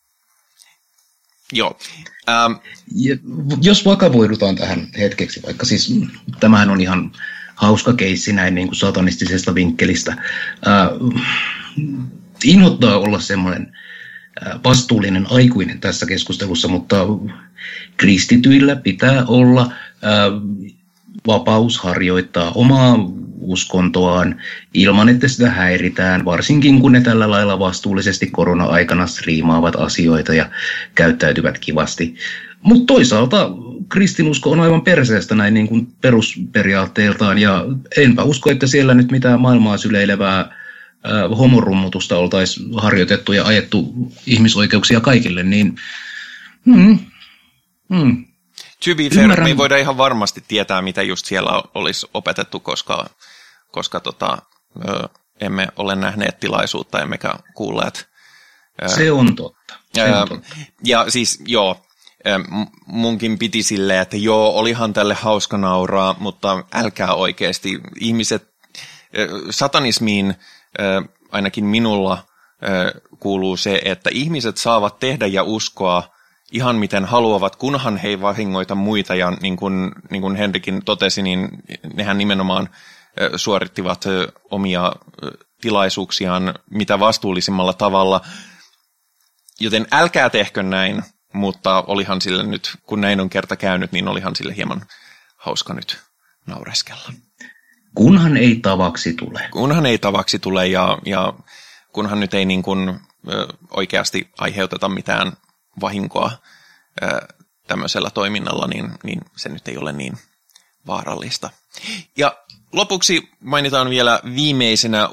joo. Ähm, ja, jos vakavoidutaan tähän hetkeksi, vaikka siis tämähän on ihan hauska keissi näin niin kuin satanistisesta vinkkelistä. Äh, inhottaa olla semmoinen äh, vastuullinen aikuinen tässä keskustelussa, mutta kristityillä pitää olla äh, vapaus harjoittaa omaa uskontoaan ilman, että sitä häiritään, varsinkin kun ne tällä lailla vastuullisesti korona-aikana striimaavat asioita ja käyttäytyvät kivasti. Mutta toisaalta kristinusko on aivan perseestä näin niin kuin perusperiaatteeltaan, ja enpä usko, että siellä nyt mitään maailmaa syleilevää äh, homorummutusta oltaisiin harjoitettu ja ajettu ihmisoikeuksia kaikille, niin hmm, hmm. To be fair, me ei voida ihan varmasti tietää, mitä just siellä olisi opetettu, koska, koska tota, ö, emme ole nähneet tilaisuutta, emmekä kuulleet. Se on totta. Se on ö, totta. Ja siis joo, munkin piti silleen, että joo, olihan tälle hauska nauraa, mutta älkää oikeasti. Ihmiset, satanismiin ainakin minulla kuuluu se, että ihmiset saavat tehdä ja uskoa ihan miten haluavat, kunhan he ei vahingoita muita, ja niin kuin, niin kuin Henrikin totesi, niin nehän nimenomaan suorittivat omia tilaisuuksiaan mitä vastuullisimmalla tavalla, joten älkää tehkö näin, mutta olihan sille nyt, kun näin on kerta käynyt, niin olihan sille hieman hauska nyt naureskella. Kunhan ei tavaksi tule. Kunhan ei tavaksi tule, ja, ja kunhan nyt ei niin kuin, ö, oikeasti aiheuteta mitään vahinkoa ö, tämmöisellä toiminnalla, niin, niin se nyt ei ole niin vaarallista. Ja lopuksi mainitaan vielä viimeisenä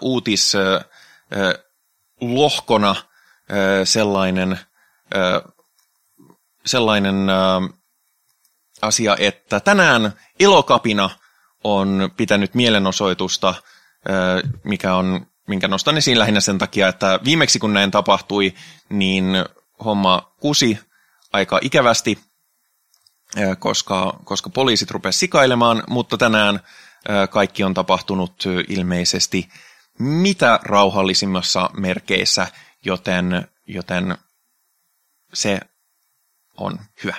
uutislohkona sellainen, ö, sellainen ö, asia, että tänään Elokapina on pitänyt mielenosoitusta, ö, mikä on, minkä nostan esiin lähinnä sen takia, että viimeksi kun näin tapahtui, niin homma kusi aika ikävästi, koska, koska poliisit rupesivat sikailemaan, mutta tänään kaikki on tapahtunut ilmeisesti mitä rauhallisimmassa merkeissä, joten, joten se on hyvä.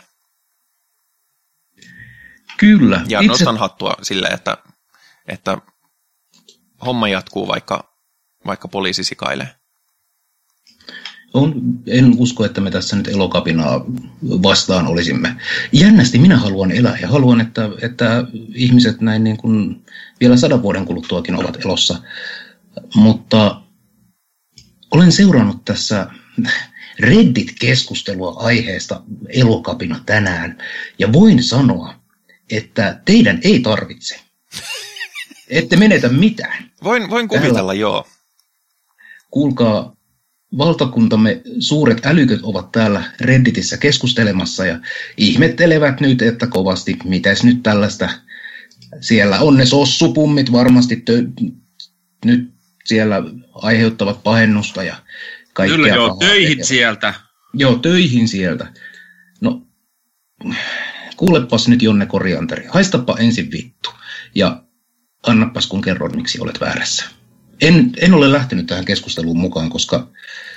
Kyllä. Ja itse... nostan hattua sille, että, että homma jatkuu, vaikka, vaikka poliisi sikailee. On, en usko, että me tässä nyt Elokapinaa vastaan olisimme. Jännästi minä haluan elää ja haluan, että, että ihmiset näin niin kuin vielä sadan vuoden kuluttuakin ovat elossa. Mutta olen seurannut tässä Reddit-keskustelua aiheesta Elokapina tänään ja voin sanoa, että teidän ei tarvitse. Ette menetä mitään. Voin, voin kuvitella, Täällä, joo. Kuulkaa, valtakuntamme suuret älyköt ovat täällä Redditissä keskustelemassa ja ihmettelevät nyt, että kovasti, mitäs nyt tällaista. Siellä on ne sossupummit varmasti tö- nyt siellä aiheuttavat pahennusta ja kaikkea. Kyllä joo, töihin sieltä. Joo, töihin sieltä. No, kuulepas nyt Jonne Korianteri, haistapa ensin vittu. Ja annapas kun kerron, miksi olet väärässä. En, en ole lähtenyt tähän keskusteluun mukaan, koska,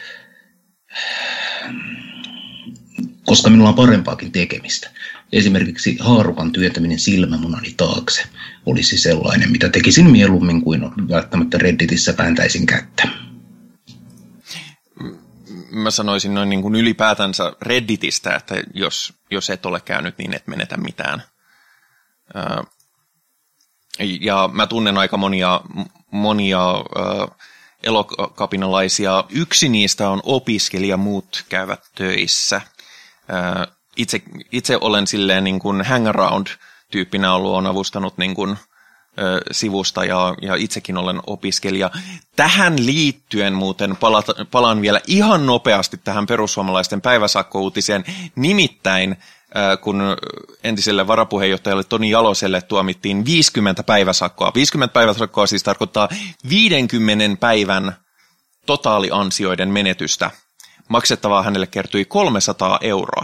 koska minulla on parempaakin tekemistä. Esimerkiksi haarukan työntäminen silmämunani taakse olisi sellainen, mitä tekisin mieluummin kuin välttämättä Redditissä vääntäisin kättä. Mä sanoisin noin niin kuin ylipäätänsä Redditistä, että jos, jos et ole käynyt, niin et menetä mitään. Ja mä tunnen aika monia, monia elokapinalaisia. Yksi niistä on opiskelija, muut käyvät töissä. Itse, itse olen silleen niin kuin hangaround-tyyppinä ollut, on avustanut niin kuin, ö, sivusta ja, ja itsekin olen opiskelija. Tähän liittyen muuten palata, palaan vielä ihan nopeasti tähän perussuomalaisten päiväsakkouutiseen. Nimittäin ö, kun entiselle varapuheenjohtajalle Toni Jaloselle tuomittiin viisikymmentä päiväsakkoa. viisikymmentä päiväsakkoa siis tarkoittaa viidenkymmenen päivän totaaliansioiden menetystä. Maksettavaa hänelle kertyi kolmesataa euroa.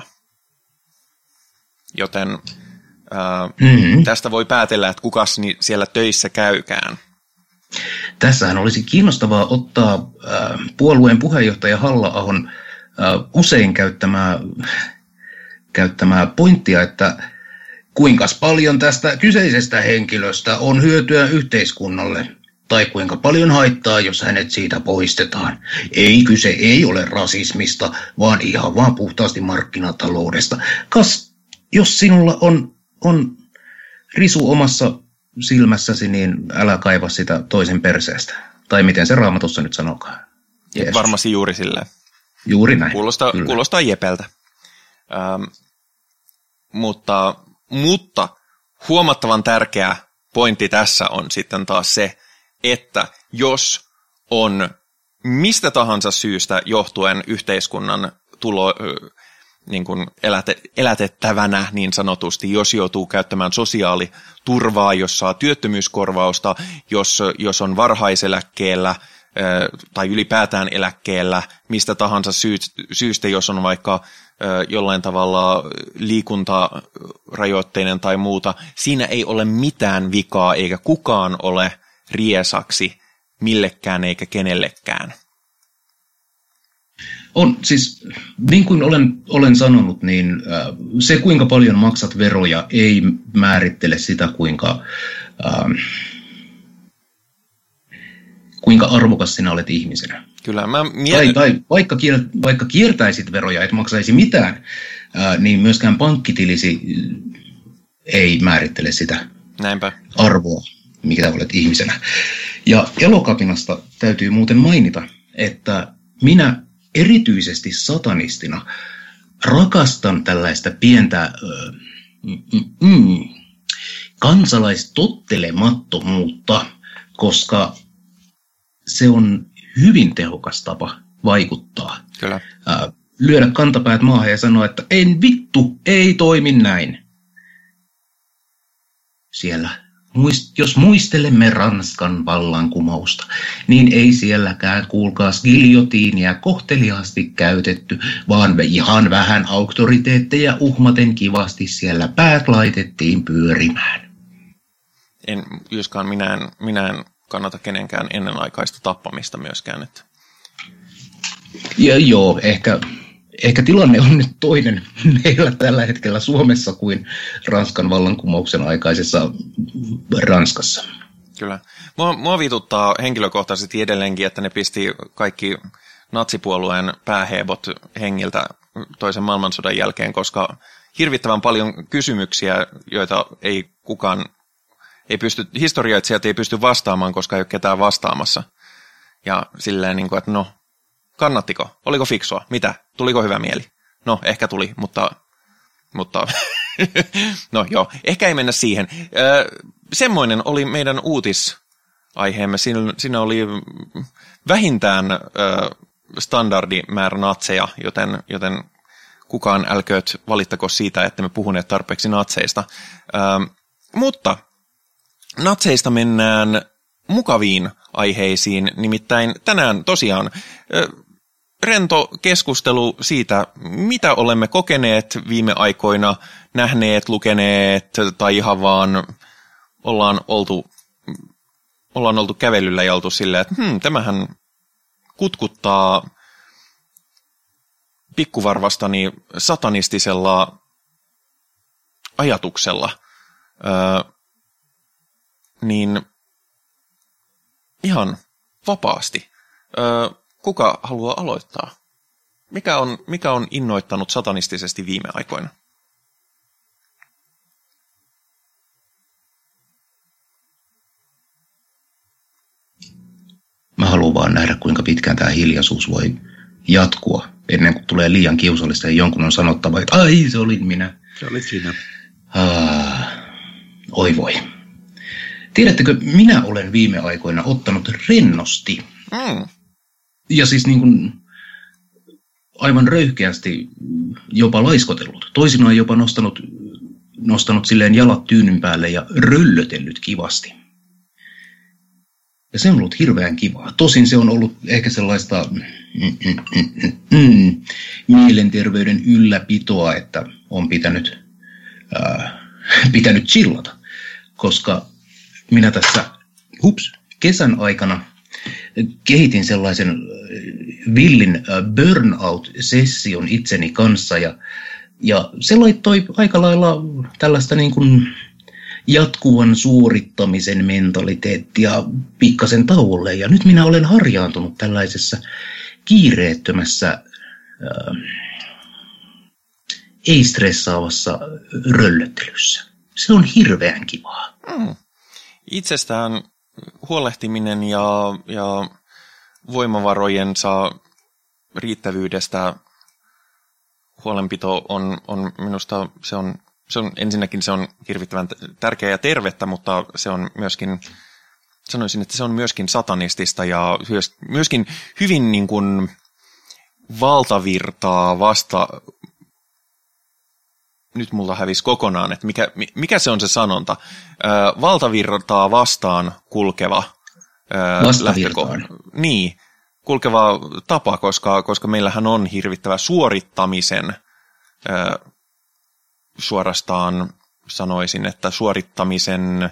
Joten ää, mm-hmm. tästä voi päätellä, että kukas siellä töissä käykään. Tässähän olisi kiinnostavaa ottaa äh, puolueen puheenjohtaja Halla-ahon äh, usein käyttämää, käyttämää pointtia, että kuinka paljon tästä kyseisestä henkilöstä on hyötyä yhteiskunnalle. Tai kuinka paljon haittaa, jos hänet siitä poistetaan. Ei, kyse ei ole rasismista, vaan ihan vaan puhtaasti markkinataloudesta. Kas, jos sinulla on, on risu omassa silmässäsi, niin älä kaiva sitä toisen perseestä. Tai miten se Raamatussa nyt sanokaan. Jeesus. Varmasti juuri silleen. Juuri näin. Kuulostaa, kuulostaa jepeltä. Ähm, mutta, mutta huomattavan tärkeä pointti tässä on sitten taas se, että jos on mistä tahansa syystä johtuen yhteiskunnan tulo, niin kuin eläte, elätettävänä niin sanotusti, jos joutuu käyttämään sosiaaliturvaa, jos saa työttömyyskorvausta, jos, jos on varhaiseläkkeellä tai ylipäätään eläkkeellä, mistä tahansa syystä, jos on vaikka jollain tavalla liikuntarajoitteinen tai muuta, siinä ei ole mitään vikaa eikä kukaan ole riesaksi millekään eikä kenellekään. On siis, niin kuin olen, olen sanonut, niin äh, se kuinka paljon maksat veroja ei määrittele sitä, kuinka, äh, kuinka arvokas sinä olet ihmisenä. Kyllä, mä miet... Tai, tai vaikka, kier, vaikka kiertäisit veroja, et maksaisi mitään, äh, niin myöskään pankkitilisi ei määrittele sitä Näinpä. arvoa, mikä olet ihmisenä. Ja Elokapinasta täytyy muuten mainita, että minä erityisesti satanistina rakastan tällaista pientä äh, mm, mm, kansalaistottelemattomuutta, koska se on hyvin tehokas tapa vaikuttaa. Kyllä. Äh, lyödä kantapäät maahan ja sanoa, että en vittu, ei toimi näin. Siellä. Jos muistelemme Ranskan vallankumousta, niin ei sielläkään kuulkaas giljotiinia kohteliaasti käytetty, vaan ihan vähän auktoriteetteja uhmaten kivasti siellä päät laitettiin pyörimään. En, joskaan minä en, minä en kannata kenenkään ennenaikaista tappamista myöskään. Että. Ja joo, ehkä... Ehkä tilanne on nyt toinen meillä tällä hetkellä Suomessa kuin Ranskan vallankumouksen aikaisessa Ranskassa. Kyllä. Mua, mua vituttaa henkilökohtaisesti edelleenkin, että ne pisti kaikki natsipuolueen päähebot hengiltä toisen maailmansodan jälkeen, koska hirvittävän paljon kysymyksiä, joita ei kukaan, ei pysty, historioitsijat ei pysty vastaamaan, koska ei ole ketään vastaamassa. Ja silleen, niin kuin, että no, kannattiko? Oliko fiksua? Mitä? Tuliko hyvä mieli? No, ehkä tuli, mutta, mutta no joo, ehkä ei mennä siihen. Öö, semmoinen oli meidän uutisaiheemme. Siinä, siinä oli vähintään öö, standardimäärä natseja, joten, joten kukaan älkööt valittako siitä, että me puhuneet tarpeeksi natseista. Öö, mutta natseista mennään mukaviin aiheisiin, nimittäin tänään tosiaan öö, rento keskustelu siitä, mitä olemme kokeneet viime aikoina, nähneet, lukeneet tai ihan vaan ollaan oltu, ollaan oltu kävelyllä ja oltu silleen, että hmm, tämähän kutkuttaa pikkuvarvastani satanistisella ajatuksella, öö, niin ihan vapaasti. Öö, kuka haluaa aloittaa? Mikä on, mikä on innoittanut satanistisesti viime aikoina? Mä haluan vaan nähdä, kuinka pitkään tämä hiljaisuus voi jatkua, ennen kuin tulee liian kiusallista ja jonkun on sanottava, että ai, se olin minä. Se olit sinä. Ah, oi voi. Tiedättekö, minä olen viime aikoina ottanut rennosti. Mm. Ja siis niin kuin aivan röyhkeästi jopa laiskotellut. Toisinaan jopa nostanut, nostanut silleen jalat tyynyn päälle ja röllötellyt kivasti. Ja se on ollut hirveän kivaa. Tosin se on ollut ehkä sellaista mm, mm, mm, mm, mielenterveyden ylläpitoa, että on pitänyt, äh, pitänyt chillata. Koska minä tässä hups, kesän aikana kehitin sellaisen villin burnout-session itseni kanssa. Ja, ja se laittoi aika lailla tällaista niin kuin jatkuvan suorittamisen mentaliteettia pikkasen tauolle. Ja nyt minä olen harjaantunut tällaisessa kiireettömässä, äh, ei-stressaavassa röllöttelyssä. Se on hirveän kivaa. Mm. Itsestään huolehtiminen ja, ja voimavarojensa riittävyydestä huolenpito on, on minusta, se on, se on ensinnäkin se on hirvittävän tärkeää ja tervettä, mutta se on myöskin, sanoisin, että se on myöskin satanistista ja myöskin hyvin niin kuin valtavirtaa vasta, nyt mulla hävisi kokonaan, että mikä, mikä se on se sanonta, valtavirtaa vastaan kulkeva Vastavirtaan. Niin, kulkeva tapa, koska, koska meillähän on hirvittävä suorittamisen, suorastaan sanoisin, että suorittamisen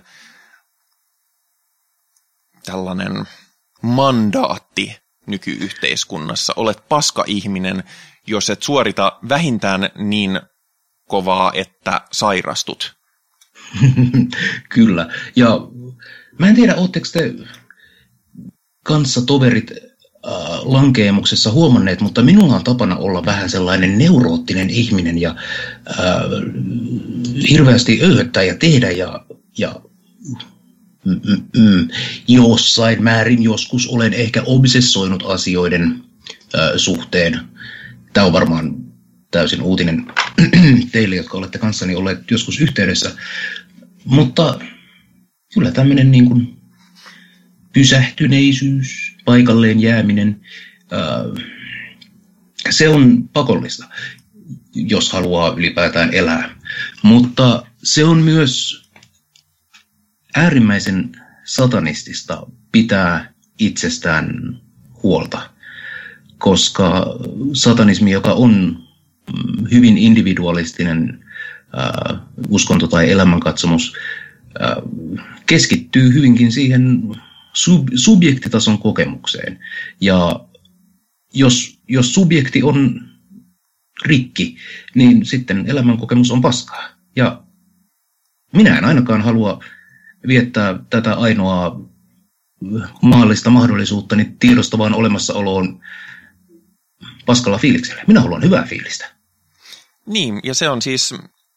tällainen mandaatti nykyyhteiskunnassa. Olet paska-ihminen, jos et suorita vähintään niin kovaa, että sairastut. Kyllä. Ja mä en tiedä, ootteko te kanssa toverit äh, lankeemuksessa huomanneet, mutta minulla on tapana olla vähän sellainen neuroottinen ihminen ja äh, hirveästi öyhöttää ja tehdä ja, ja mm, mm, mm, jossain määrin joskus olen ehkä obsessoinut asioiden äh, suhteen. Tämä on varmaan täysin uutinen teille, jotka olette kanssani olleet joskus yhteydessä. Mutta kyllä tämmöinen niin kuin pysähtyneisyys, paikalleen jääminen, ää, se on pakollista, jos haluaa ylipäätään elää. Mutta se on myös äärimmäisen satanistista pitää itsestään huolta, koska satanismi, joka on hyvin individualistinen äh, uskonto tai elämänkatsomus, äh, keskittyy hyvinkin siihen sub- subjektitason kokemukseen. Ja jos, jos subjekti on rikki, niin sitten elämänkokemus on paskaa. Ja minä en ainakaan halua viettää tätä ainoaa maallista mahdollisuuttani tiedostavaan olemassaoloon paskalla fiiliksellä. Minä haluan hyvää fiilistä. Niin, ja se on siis,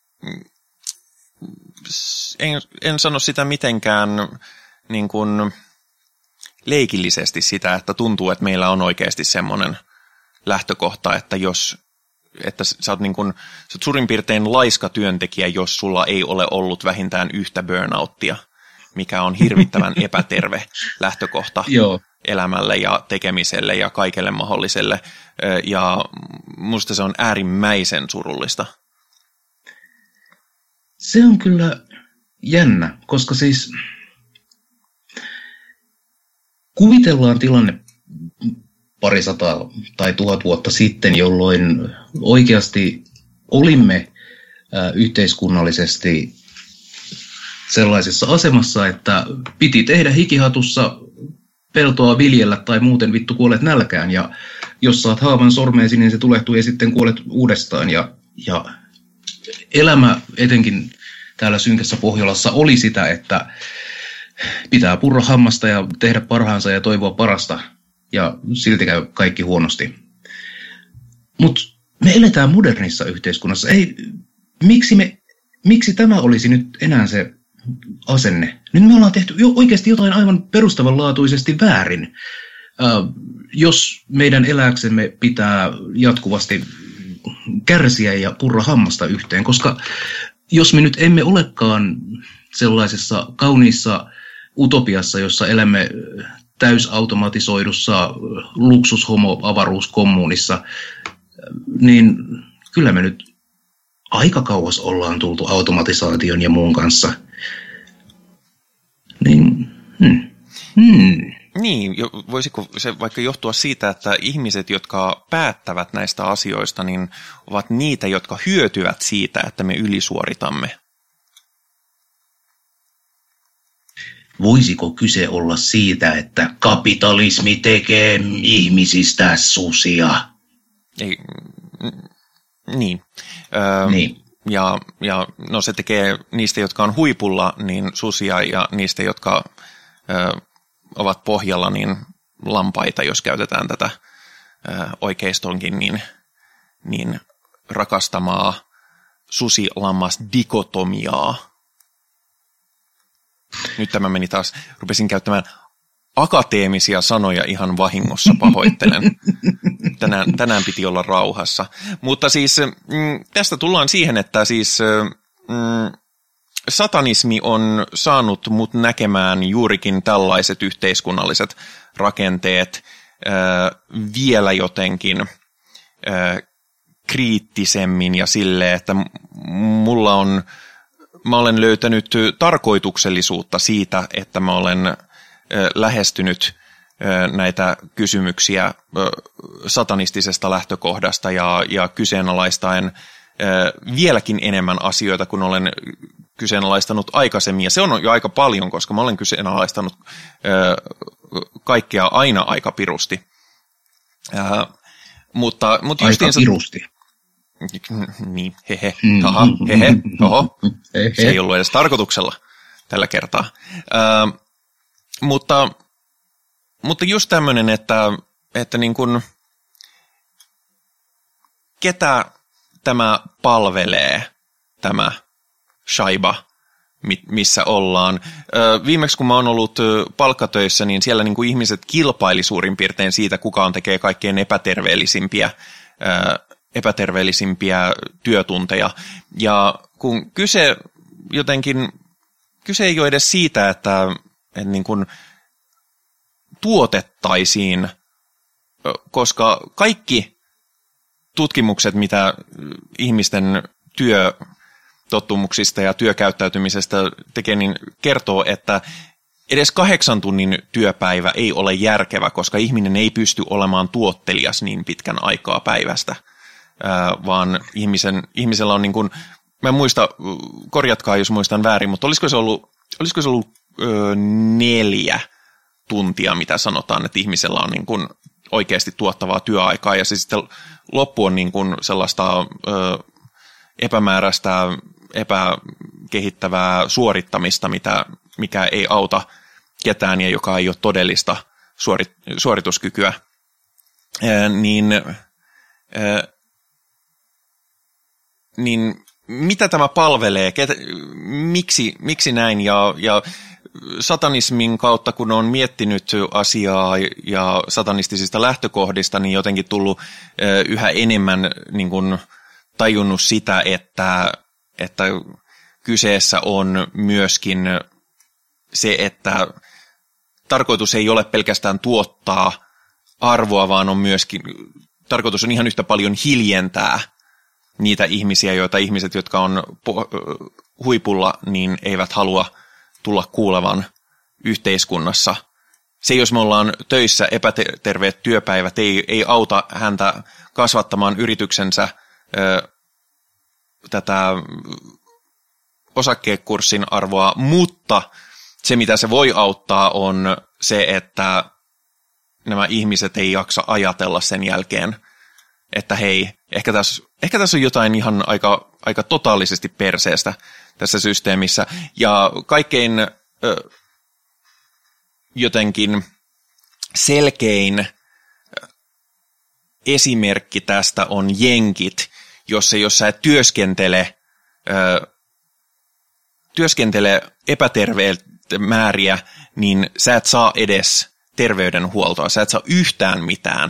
en, en sano sitä mitenkään niin kuin leikillisesti sitä, että tuntuu, että meillä on oikeasti semmoinen lähtökohta, että jos, että sä oot, niin kuin, sä oot suurin piirtein laiska työntekijä, jos sulla ei ole ollut vähintään yhtä burnouttia, mikä on hirvittävän epäterve lähtökohta. Joo. Elämälle ja tekemiselle ja kaikelle mahdolliselle, ja musta se on äärimmäisen surullista. Se on kyllä jännä, koska siis kuvitellaan tilanne parisataa tai tuhat vuotta sitten, jolloin oikeasti olimme yhteiskunnallisesti sellaisessa asemassa, että piti tehdä hikihatussa peltoa viljellä tai muuten vittu kuolet nälkään. Ja jos saat haavan sormeesi, niin se tulehtuu ja sitten kuolet uudestaan. Ja, ja elämä etenkin täällä synkässä Pohjolassa oli sitä, että pitää purra hammasta ja tehdä parhaansa ja toivoa parasta. Ja silti käy kaikki huonosti. Mutta me eletään modernissa yhteiskunnassa. Ei, miksi, me, miksi tämä olisi nyt enää se asenne? Nyt me ollaan tehty jo oikeasti jotain aivan perustavanlaatuisesti väärin. Äh, jos meidän eläksemme pitää jatkuvasti kärsiä ja purra hammasta yhteen, koska jos me nyt emme olekaan sellaisessa kauniissa utopiassa, jossa elämme täysautomatisoidussa luksushomo-avaruuskommuunissa, niin kyllä me nyt aika kauas ollaan tultu automatisaation ja muun kanssa. Niin, hmm, hmm. Niin, voisiko se vaikka johtua siitä, että ihmiset, jotka päättävät näistä asioista, niin ovat niitä, jotka hyötyvät siitä, että me ylisuoritamme? Voisiko kyse olla siitä, että kapitalismi tekee ihmisistä susia? Ei, niin. Öö, niin. Ja, ja no se tekee niistä, jotka on huipulla, niin susia, ja niistä, jotka ö, ovat pohjalla, niin lampaita, jos käytetään tätä ö, oikeistonkin niin, niin rakastamaa susi-lammas-dikotomiaa. Nyt tämä meni taas, rupesin käyttämään akateemisia sanoja ihan vahingossa, pahoittelen. Tänään, tänään piti olla rauhassa. Mutta siis tästä tullaan siihen, että siis mm, satanismi on saanut mut näkemään juurikin tällaiset yhteiskunnalliset rakenteet äh, vielä jotenkin äh, kriittisemmin ja silleen, että mulla on, mä olen löytänyt tarkoituksellisuutta siitä, että mä olen äh, lähestynyt näitä kysymyksiä satanistisesta lähtökohdasta ja, ja kyseenalaistaen vieläkin enemmän asioita, kun olen kyseenalaistanut aikaisemmin. Ja se on jo aika paljon, koska mä olen kyseenalaistanut kaikkea aina aika pirusti. Mutta, mutta aika pirusti. Niin, hehe, haha, hehe, oho. Se ei ollut edes tarkoituksella tällä kertaa. Mutta... Mutta just tämmöinen, että, että niin kuin, ketä tämä palvelee, tämä shaiba, missä ollaan. Viimeksi kun mä oon ollut palkkatöissä, niin siellä niin kuin ihmiset kilpaili suurin piirtein siitä, kuka on tekee kaikkein epäterveellisimpiä, epäterveellisimpiä työtunteja. Ja kun kyse jotenkin, kyse ei ole edes siitä, että, että niin kuin tuotettaisiin, koska kaikki tutkimukset, mitä ihmisten työtottumuksista ja työkäyttäytymisestä tekee, niin kertoo, että edes kahdeksan tunnin työpäivä ei ole järkevä, koska ihminen ei pysty olemaan tuottelias niin pitkän aikaa päivästä, vaan ihmisen, ihmisellä on niin kuin, mä en muista, korjatkaa jos muistan väärin, mutta olisiko se ollut, olisiko se ollut ö, neljä tuntia, mitä sanotaan, että ihmisellä on niin kuin oikeasti tuottavaa työaikaa, ja se sitten loppu on niin kuin sellaista ö, epämääräistä, epäkehittävää suorittamista, mitä, mikä ei auta ketään ja joka ei ole todellista suorit, suorituskykyä. Ää, niin, ää, niin mitä tämä palvelee, Ket, miksi, miksi näin, ja, ja satanismin kautta, kun on miettinyt asiaa ja satanistisista lähtökohdista, niin jotenkin tullut yhä enemmän niin kuin tajunnut sitä, että, että kyseessä on myöskin se, että tarkoitus ei ole pelkästään tuottaa arvoa, vaan on myöskin, tarkoitus on ihan yhtä paljon hiljentää niitä ihmisiä, joita ihmiset, jotka on huipulla, niin eivät halua tulla kuulevan yhteiskunnassa. Se, jos me ollaan töissä, epäterveet työpäivät, ei, ei auta häntä kasvattamaan yrityksensä ö, tätä osakekurssin arvoa, mutta se, mitä se voi auttaa, on se, että nämä ihmiset ei jaksa ajatella sen jälkeen, että hei, ehkä tässä, ehkä tässä on jotain ihan aika, aika totaalisesti perseestä tässä systeemissä. Ja kaikkein ö, jotenkin selkein esimerkki tästä on jenkit, jossa jos sä et työskentele, ö, työskentele epäterveitä määriä, niin sä et saa edes terveydenhuoltoa, sä et saa yhtään mitään.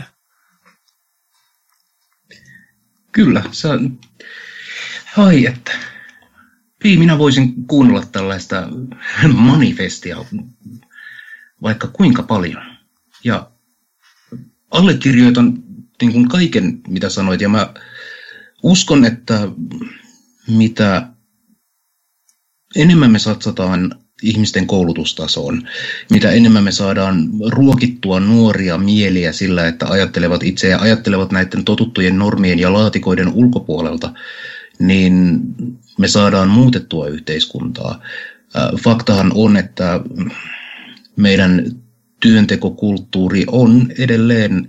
Kyllä, sä... Ai että. Pii, minä voisin kuunnella tällaista manifestia vaikka kuinka paljon. Ja allekirjoitan niin kuin kaiken, mitä sanoit, ja mä uskon, että mitä enemmän me satsataan ihmisten koulutustasoon, mitä enemmän me saadaan ruokittua nuoria mieliä sillä, että ajattelevat itse ja ajattelevat näiden totuttujen normien ja laatikoiden ulkopuolelta, niin me saadaan muutettua yhteiskuntaa. Faktahan on, että meidän työntekokulttuuri on edelleen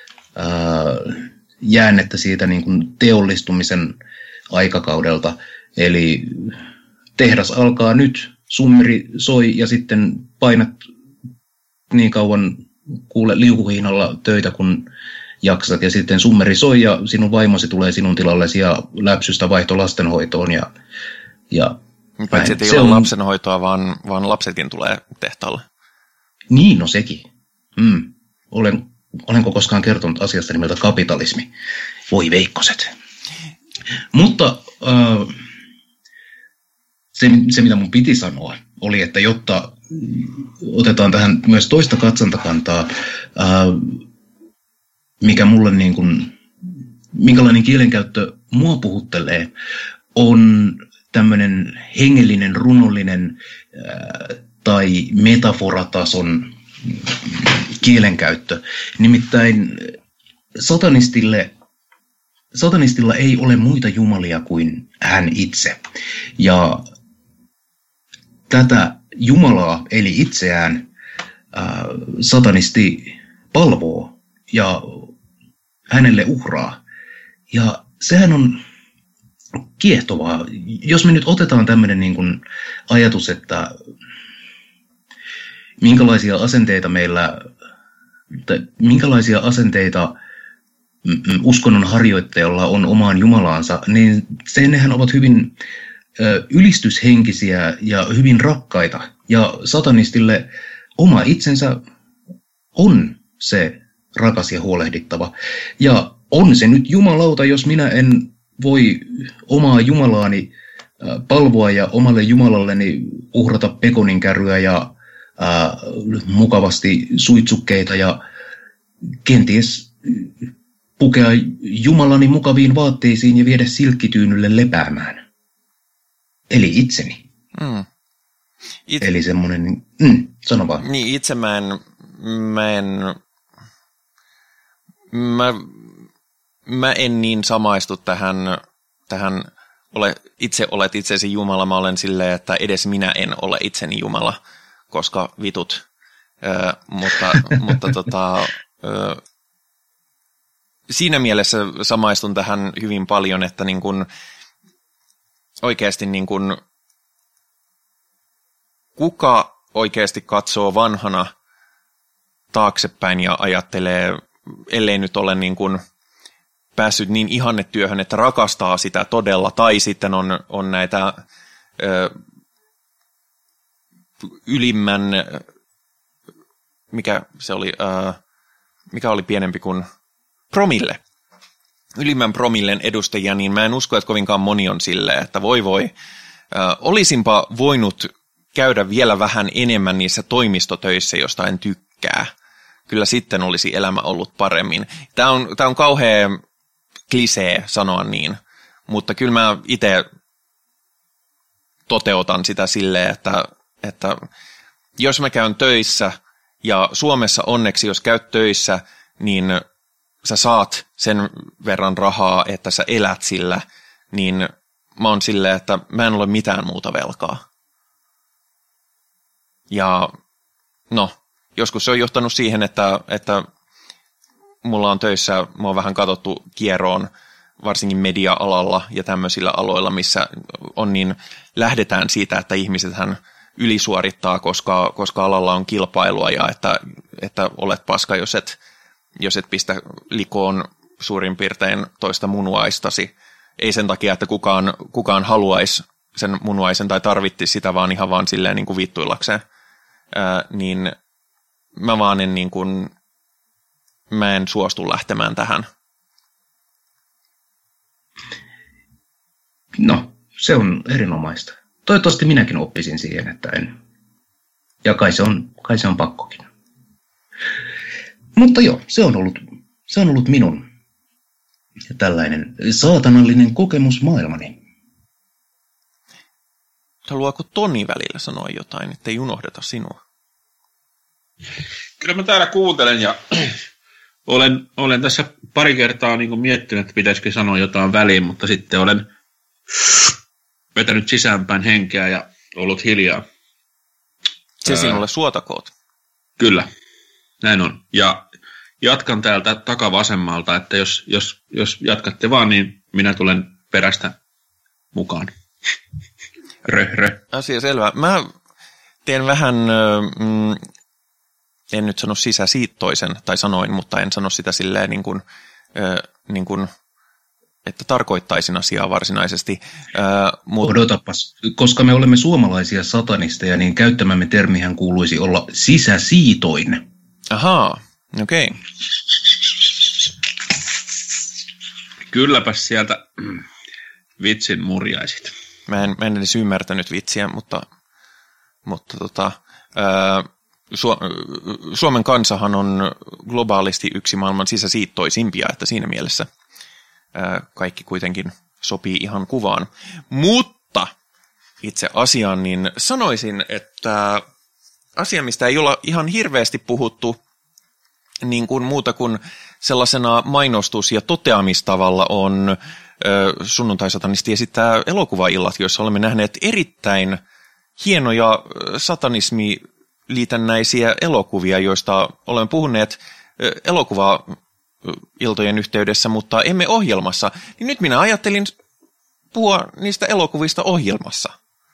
jäännettä siitä niin kuin teollistumisen aikakaudelta, eli tehdas alkaa nyt, summeri soi ja sitten painat niin kauan kuule liukuhihnalla töitä kun jaksat ja sitten summeri soi ja sinun vaimosi tulee sinun tilallesi ja läpsystä vaihto lastenhoitoon ja, ja paitsi että ei ole on... lapsenhoitoa, vaan, vaan lapsetkin tulee tehtaalle. Niin, no sekin. Mm. Olen, olenko koskaan kertonut asiasta nimeltä kapitalismi? Voi veikkoset. Mutta äh, se, se, mitä mun piti sanoa, oli, että jotta otetaan tähän myös toista katsantakantaa, äh, mikä mulle niin kuin, minkälainen kielenkäyttö mua puhuttelee, on tämmöinen hengellinen, runollinen äh, tai metaforatason kielenkäyttö. Nimittäin satanistille, satanistilla ei ole muita jumalia kuin hän itse. Ja tätä Jumalaa, eli itseään, ää, satanisti palvoo ja hänelle uhraa. Ja sehän on kiehtovaa. Jos me nyt otetaan tämmöinen niin kuin ajatus, että minkälaisia asenteita meillä, tai minkälaisia asenteita uskonnon harjoittajalla on omaan Jumalaansa, niin nehän ovat hyvin ylistyshenkisiä ja hyvin rakkaita. Ja satanistille oma itsensä on se rakas ja huolehdittava. Ja on se nyt jumalauta, jos minä en voi omaa Jumalaani palvoa ja omalle Jumalalleni uhrata pekoninkäryä ja ää, mukavasti suitsukkeita ja kenties pukea Jumalani mukaviin vaatteisiin ja viedä silkkityynylle lepäämään. Eli itseni. Mm. It... Eli semmoinen, mm, sano vaan. Niin, itse mä en, mä en, mä, mä en niin samaistu tähän, tähän ole, itse olet itsesi Jumala. Mä olen silleen, että edes minä en ole itseni Jumala, koska vitut. Ö, mutta mutta tota, ö, siinä mielessä samaistun tähän hyvin paljon, että niin kun, oikeasti niin kun, kuka oikeasti katsoo vanhana taaksepäin ja ajattelee, ellei nyt ole niin kun päässyt niin ihannetyöhön, että rakastaa sitä todella, tai sitten on, on näitä ö, ylimmän, mikä se oli, ö, mikä oli pienempi kuin promille, ylimmän promillen edustajia, niin mä en usko, että kovinkaan moni on silleen, että voi voi, ö, olisinpa voinut käydä vielä vähän enemmän niissä toimistotöissä, josta en tykkää. Kyllä sitten olisi elämä ollut paremmin. Tämä on, tämä on kauhea klisee sanoa niin, mutta kyllä mä itse toteutan sitä silleen, että, että jos mä käyn töissä, ja Suomessa onneksi jos käyt töissä, niin sä saat sen verran rahaa, että sä elät sillä, niin mä oon silleen, että mä en ole mitään muuta velkaa. Ja no, joskus se on johtanut siihen, että, että mulla on töissä, mä oon vähän katsottu kieroon, varsinkin media-alalla ja tämmöisillä aloilla, missä on niin, lähdetään siitä, että ihmisethän ylisuorittaa, koska, koska alalla on kilpailua ja että, että olet paska, jos et, jos et pistä likoon suurin piirtein toista munuaistasi. Ei sen takia, että kukaan, kukaan haluaisi sen munuaisen tai tarvitti sitä, vaan ihan vaan silleen niin kuin vittuillakseen. Ää, niin mä vaan en niin kuin, mä en suostu lähtemään tähän. No, se on erinomaista. Toivottavasti minäkin oppisin siihen, että en. Ja kai se on, kai se on pakkokin. Mutta joo, se on ollut, se on ollut minun tällainen saatanallinen kokemus maailmani. Haluaako Toni välillä sanoa jotain, ettei unohdeta sinua? Kyllä mä täällä kuuntelen ja olen, olen tässä pari kertaa niin kuin miettinyt, että pitäisikö sanoa jotain väliin, mutta sitten olen vetänyt sisäänpäin henkeä ja ollut hiljaa. Se Ää, sinulle suotakoot. Kyllä, näin on. Ja jatkan täältä takavasemmalta, että jos, jos, jos jatkatte vaan, niin minä tulen perästä mukaan. Rö, rö. Asia selvä. Mä teen vähän, mm, en nyt sano sisäsiittoisen, tai sanoin, mutta en sano sitä silleen niin kuin, äh, niin kuin että tarkoittaisin asiaa varsinaisesti. Äh, mutta... Odotapas, koska me olemme suomalaisia satanisteja, niin käyttämämme termihän kuuluisi olla sisäsiitoin. Ahaa, okei. Okay. Kylläpäs sieltä vitsin murjaisit. Mä en, mä en edes ymmärtänyt vitsiä, mutta, mutta tota, ää, Su, Suomen kansahan on globaalisti yksi maailman sisäsiittoisimpia, että siinä mielessä ää, kaikki kuitenkin sopii ihan kuvaan. Mutta itse asiaan niin sanoisin, että asia, mistä ei olla ihan hirveästi puhuttu niin kuin muuta kuin sellaisena mainostus- ja toteamistavalla on sunnuntai-satanisti esittää elokuvaillat, joissa olemme nähneet erittäin hienoja satanismi-liitännäisiä elokuvia, joista olemme puhuneet elokuvailtojen yhteydessä, mutta emme ohjelmassa. Niin nyt minä ajattelin puhua niistä elokuvista ohjelmassa.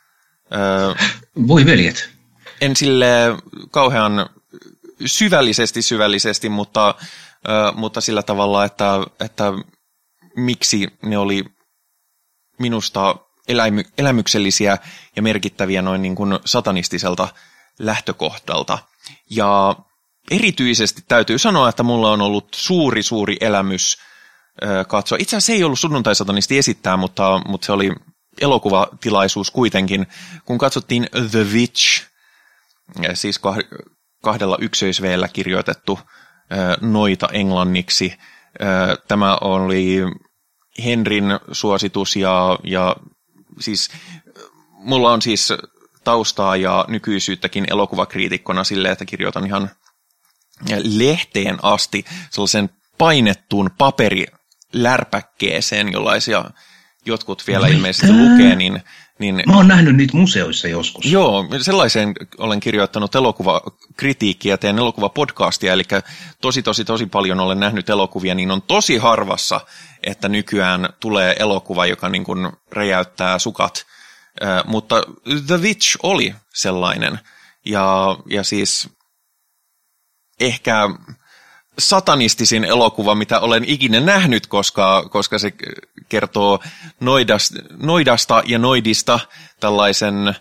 Voi veljet. En sille kauhean syvällisesti syvällisesti, mutta, mutta sillä tavalla, että, että miksi ne oli minusta elämy, elämyksellisiä ja merkittäviä noin niin kuin satanistiselta lähtökohdalta. Ja erityisesti täytyy sanoa, että mulla on ollut suuri, suuri elämys ö, katsoa. Itse asiassa se ei ollut sunnuntai-satanisti esittää, mutta, mutta se oli elokuvatilaisuus kuitenkin, kun katsottiin The Witch, siis kahdella yksöisveellä kirjoitettu ö, noita englanniksi. Tämä oli Henrin suositus ja, ja siis mulla on siis taustaa ja nykyisyyttäkin elokuvakriitikkona silleen, että kirjoitan ihan lehteen asti sellaisen painettuun paperilärpäkkeeseen, jollaisia jotkut vielä Mitä? ilmeisesti lukee, niin, niin... Mä oon nähnyt niitä museoissa joskus. Joo, sellaiseen olen kirjoittanut elokuvakritiikkiä, teen elokuvapodcastia, eli tosi, tosi, tosi paljon olen nähnyt elokuvia, niin on tosi harvassa, että nykyään tulee elokuva, joka niin kuin räjäyttää sukat, äh, mutta The Witch oli sellainen, ja, ja siis ehkä satanistisin elokuva, mitä olen ikinä nähnyt, koska, koska se kertoo noidasta, noidasta ja noidista tällaisen ö,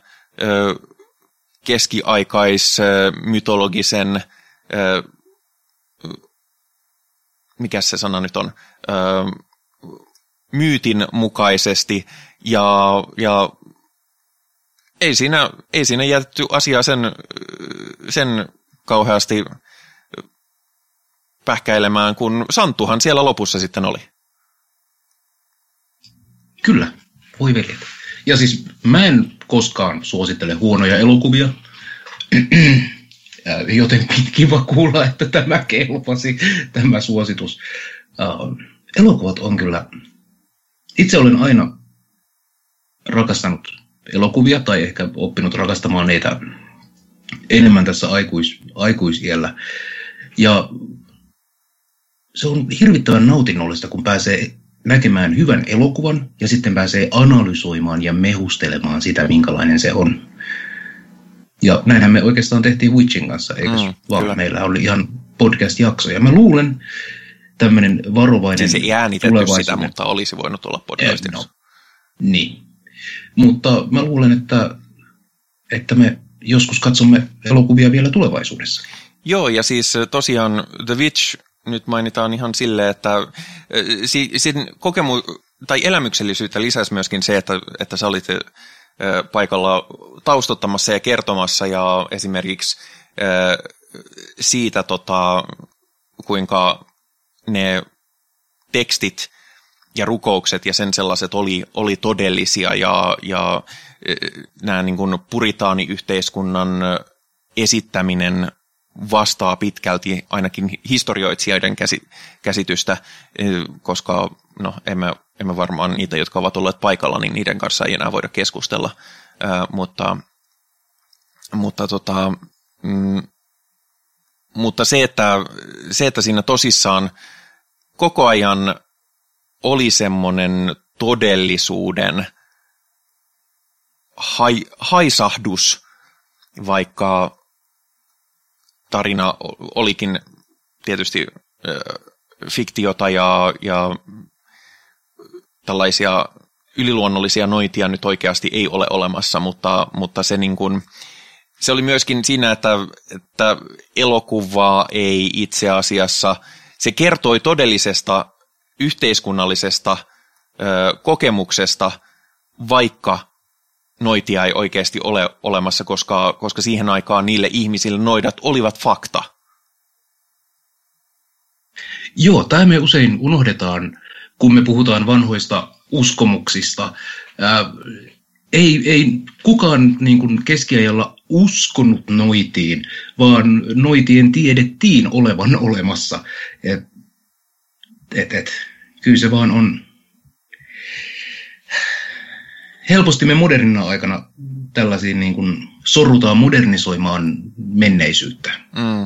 keskiaikaismytologisen, ö, mikä se sana nyt on, ö, myytin mukaisesti, ja, ja ei siinä, ei siinä jätetty asiaa sen, sen kauheasti pähkäilemään, kun Santtuhan siellä lopussa sitten oli. Kyllä, voi veljet. Ja siis mä en koskaan suosittele huonoja elokuvia, joten kiva kuulla, että tämä kelpasi, tämä suositus. Uh, elokuvat on kyllä, itse olen aina rakastanut elokuvia tai ehkä oppinut rakastamaan niitä enemmän tässä aikuis, aikuisiällä. Ja se on hirvittävän nautinnollista, kun pääsee näkemään hyvän elokuvan ja sitten pääsee analysoimaan ja mehustelemaan sitä, minkälainen se on. Ja näinhän me oikeastaan tehtiin Witchin kanssa, eikö mm, vaan? Kyllä. Meillä oli ihan podcast-jakso. Ja mä luulen, tämmöinen varovainen siis ei äänitetty sitä, mutta olisi voinut olla podcast-jakso. No, niin. Mutta mä luulen, että, että me joskus katsomme elokuvia vielä tulevaisuudessa. Joo, ja siis tosiaan The Witch nyt mainitaan ihan silleen, että siinä kokemu- tai elämyksellisyyttä lisäsi myöskin se, että, että sä olit paikalla taustottamassa ja kertomassa ja esimerkiksi siitä, tota, kuinka ne tekstit ja rukoukset ja sen sellaiset oli, oli todellisia ja, ja nämä niin kuin puritaaniyhteiskunnan esittäminen vastaa pitkälti ainakin historioitsijoiden käsitystä, koska no, emme, emme varmaan niitä, jotka ovat olleet paikalla, niin niiden kanssa ei enää voida keskustella, Ää, mutta, mutta, tota, mm, mutta se, että, se, että siinä tosissaan koko ajan oli semmoinen todellisuuden hai, haisahdus, vaikka tarina olikin tietysti äh, fiktiota ja, ja tällaisia yliluonnollisia noitia nyt oikeasti ei ole olemassa, mutta, mutta se, niin kuin, se oli myöskin siinä, että, että elokuvaa ei itse asiassa, se kertoi todellisesta yhteiskunnallisesta ö, kokemuksesta, vaikka noitia ei oikeasti ole olemassa, koska, koska siihen aikaan niille ihmisille noidat olivat fakta. Joo, tämä me usein unohdetaan, kun me puhutaan vanhoista uskomuksista. Ää, ei, ei kukaan niin kuin keskiajalla uskonut noitiin, vaan noitien tiedettiin olevan olemassa. Et, et, et, kyllä se vaan on. Helposti me modernina aikana tällaisiin niin kuin sorrutaan modernisoimaan menneisyyttä. Mm.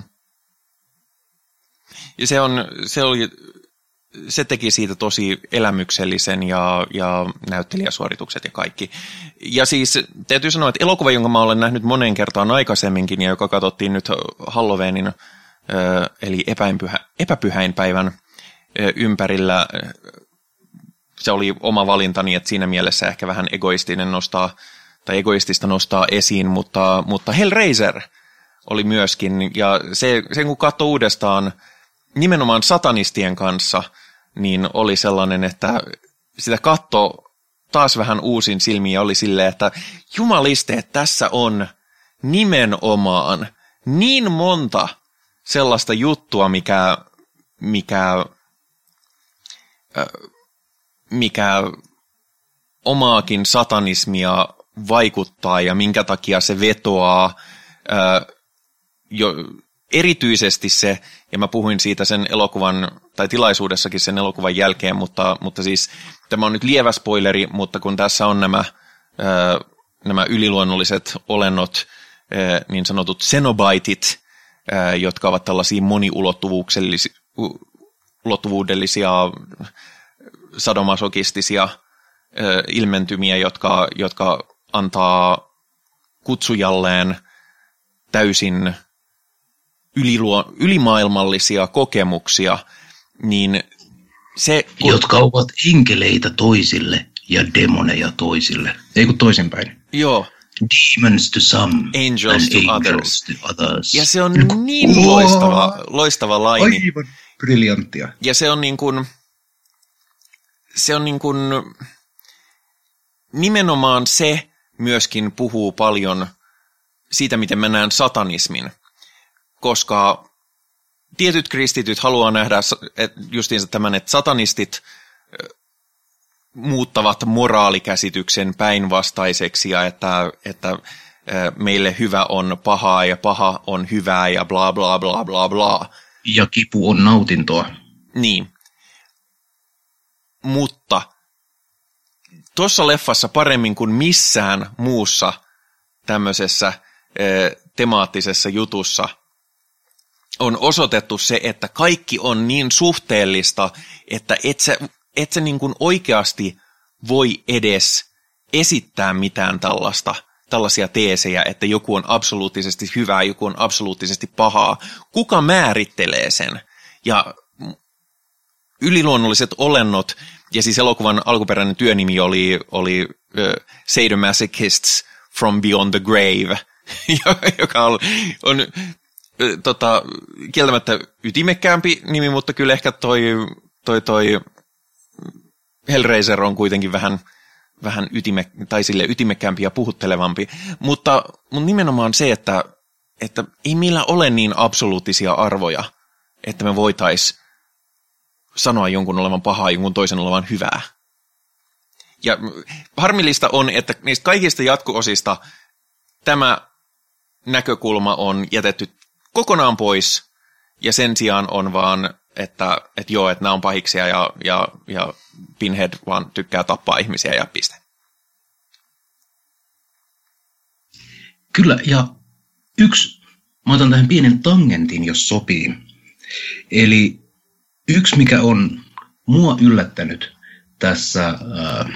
Ja se, on, se, oli, se teki siitä tosi elämyksellisen ja, ja näyttelijäsuoritukset ja kaikki. Ja siis täytyy sanoa, että elokuva, jonka mä olen nähnyt moneen kertaan aikaisemminkin ja joka katsottiin nyt Halloweenin eli epäpyhä, epäpyhäinpäivän ympärillä, se oli oma valintani, että siinä mielessä ehkä vähän egoistinen nostaa, tai egoistista nostaa esiin, mutta, mutta Hellraiser oli myöskin, ja se, sen kun katsoi uudestaan nimenomaan satanistien kanssa, niin oli sellainen, että sitä katto taas vähän uusin silmiin ja oli silleen, että jumaliste, että tässä on nimenomaan niin monta sellaista juttua, mikä, mikä mikä omaakin satanismia vaikuttaa ja minkä takia se vetoaa ää, jo erityisesti se, ja mä puhuin siitä sen elokuvan, tai tilaisuudessakin sen elokuvan jälkeen, mutta, mutta siis tämä on nyt lievä spoileri, mutta kun tässä on nämä, ää, nämä yliluonnolliset olennot, ää, niin sanotut Cenobitit, ää, jotka ovat tällaisia moniulottuvuudellisia sadomasokistisia ö, ilmentymiä, jotka, jotka antaa kutsujalleen täysin yliluo, ylimaailmallisia kokemuksia, niin se... Kun... Jotka ovat enkeleitä toisille ja demoneja toisille. Ei kun toisinpäin. Joo. Demons to some angels to others. to others. Ja se on niin loistava, loistava laini. Aivan briljanttia. Ja se on niin kuin... Se on niin kuin, nimenomaan se myöskin puhuu paljon siitä, miten mä näen satanismin, koska tietyt kristityt haluaa nähdä justiinsa tämän, että satanistit muuttavat moraalikäsityksen päinvastaiseksi ja että, että meille hyvä on pahaa ja paha on hyvää ja bla bla bla bla bla. Ja kipu on nautintoa. Niin. Mutta tuossa leffassa paremmin kuin missään muussa tämmöisessä temaattisessa jutussa on osoitettu se, että kaikki on niin suhteellista, että et sä, et sä niin kuin oikeasti voi edes esittää mitään tällaista, tällaisia teesejä, että joku on absoluuttisesti hyvää, joku on absoluuttisesti pahaa. Kuka määrittelee sen? Ja yliluonnolliset olennot, ja siis elokuvan alkuperäinen työnimi oli, oli uh, Sadomasochists from Beyond the Grave, joka on, on uh, tota, kieltämättä ytimekkäämpi nimi, mutta kyllä ehkä toi, toi, toi Hellraiser on kuitenkin vähän, vähän ytime, tai sille ytimekkäämpi ja puhuttelevampi. Mutta, mutta nimenomaan se, että, että ei meillä ole niin absoluuttisia arvoja, että me voitaisiin sanoa jonkun olevan pahaa, jonkun toisen olevan hyvää. Ja harmillista on, että niistä kaikista jatko-osista tämä näkökulma on jätetty kokonaan pois, ja sen sijaan on vaan, että, että joo, että nämä on pahiksia, ja, ja, ja Pinhead vaan tykkää tappaa ihmisiä, ja piste. Kyllä, ja yksi, mä otan tähän pienen tangentin, jos sopii. Eli yksi, mikä on mua yllättänyt tässä äh,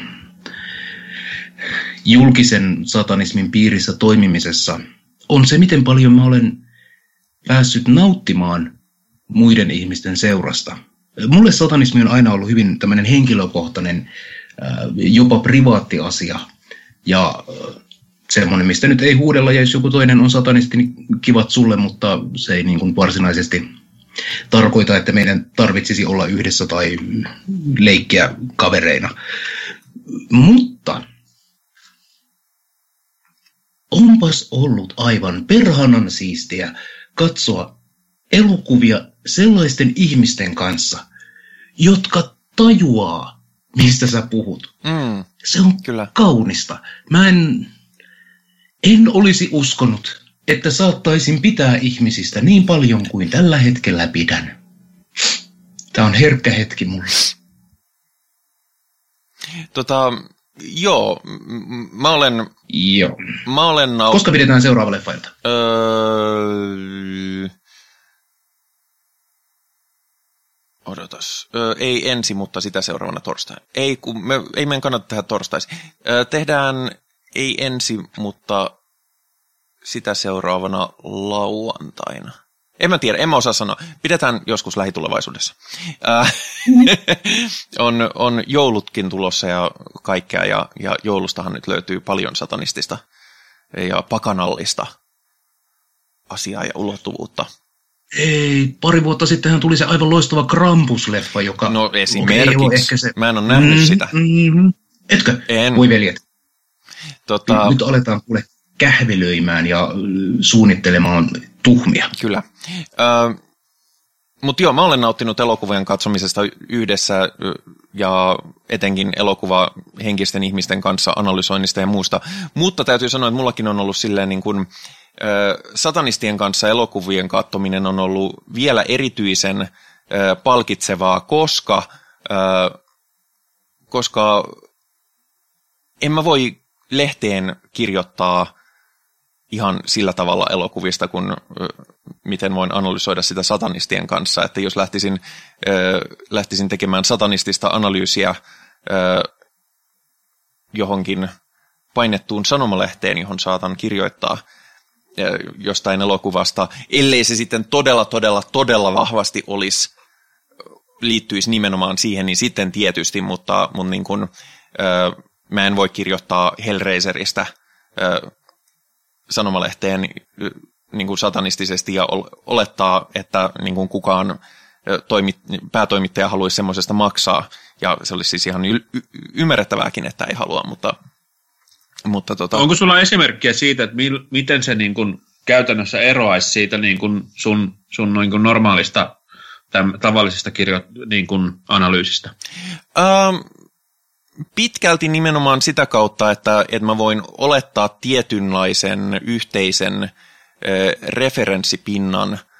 julkisen satanismin piirissä toimimisessa, on se, miten paljon mä olen päässyt nauttimaan muiden ihmisten seurasta. Mulle satanismi on aina ollut hyvin tämmöinen henkilökohtainen, äh, jopa privaatti asia. Ja äh, semmoinen, mistä nyt ei huudella, ja jos joku toinen on satanisti, niin kivat sulle, mutta se ei niin kuin varsinaisesti tarkoita, että meidän tarvitsisi olla yhdessä tai leikkiä kavereina. Mutta onpas ollut aivan perhanan siistiä katsoa elokuvia sellaisten ihmisten kanssa, jotka tajuaa, mistä sä puhut. Mm, Se on kyllä kaunista. Mä en, en olisi uskonut, että saattaisin pitää ihmisistä niin paljon kuin tällä hetkellä pidän. Tämä on herkkä hetki mulle. Tota, joo, m- mä olen... Joo. Mä olen naut- Koska pidetään seuraava leffailta? Öö... Odotas. Öö, ei ensi, mutta sitä seuraavana torstaina. Ei, kun me, ei meidän kannata tehdä torstaisin. Öö, tehdään ei ensi, mutta sitä seuraavana lauantaina. En mä tiedä, en mä osaa sanoa. Pidetään joskus lähitulevaisuudessa. Äh, on, on joulutkin tulossa ja kaikkea, ja, ja joulustahan nyt löytyy paljon satanistista ja pakanallista asiaa ja ulottuvuutta. Ei, pari vuotta sittenhän tuli se aivan loistava Krampus-leffa, joka... No esimerkiksi. Se... Mä en ole nähnyt mm, sitä. Mm, etkö? En. Voi veljet. Tota... Nyt aletaan kuule kähvelöimään ja suunnittelemaan tuhmia. Kyllä. Äh, Mutta joo, mä olen nauttinut elokuvien katsomisesta yhdessä ja etenkin elokuvahenkisten ihmisten kanssa analysoinnista ja muusta. Mutta täytyy sanoa, että mullakin on ollut silleen niin kuin, äh, satanistien kanssa elokuvien katsominen on ollut vielä erityisen äh, palkitsevaa, koska, äh, koska en mä voi lehteen kirjoittaa ihan sillä tavalla elokuvista, kun miten voin analysoida sitä satanistien kanssa, että jos lähtisin, äh, lähtisin tekemään satanistista analyysiä äh, johonkin painettuun sanomalehteen, johon saatan kirjoittaa äh, jostain elokuvasta, ellei se sitten todella, todella, todella vahvasti olisi, liittyisi nimenomaan siihen, niin sitten tietysti, mutta, mutta niin kuin, äh, mä en voi kirjoittaa Hellraiserista äh, sanomalehteen niin kuin satanistisesti ja olettaa, että niin kuin kukaan toimit, päätoimittaja haluaisi semmoisesta maksaa. Ja se olisi siis ihan y- y- ymmärrettävääkin, että ei halua, mutta... mutta tota... Onko sulla esimerkkiä siitä, että mi- miten se niin kuin käytännössä eroaisi siitä niin kuin sun, sun niin kuin normaalista täm, tavallisesta kirjo- niin kuin analyysistä? Ähm, Pitkälti nimenomaan sitä kautta, että, että mä voin olettaa tietynlaisen yhteisen ö, referenssipinnan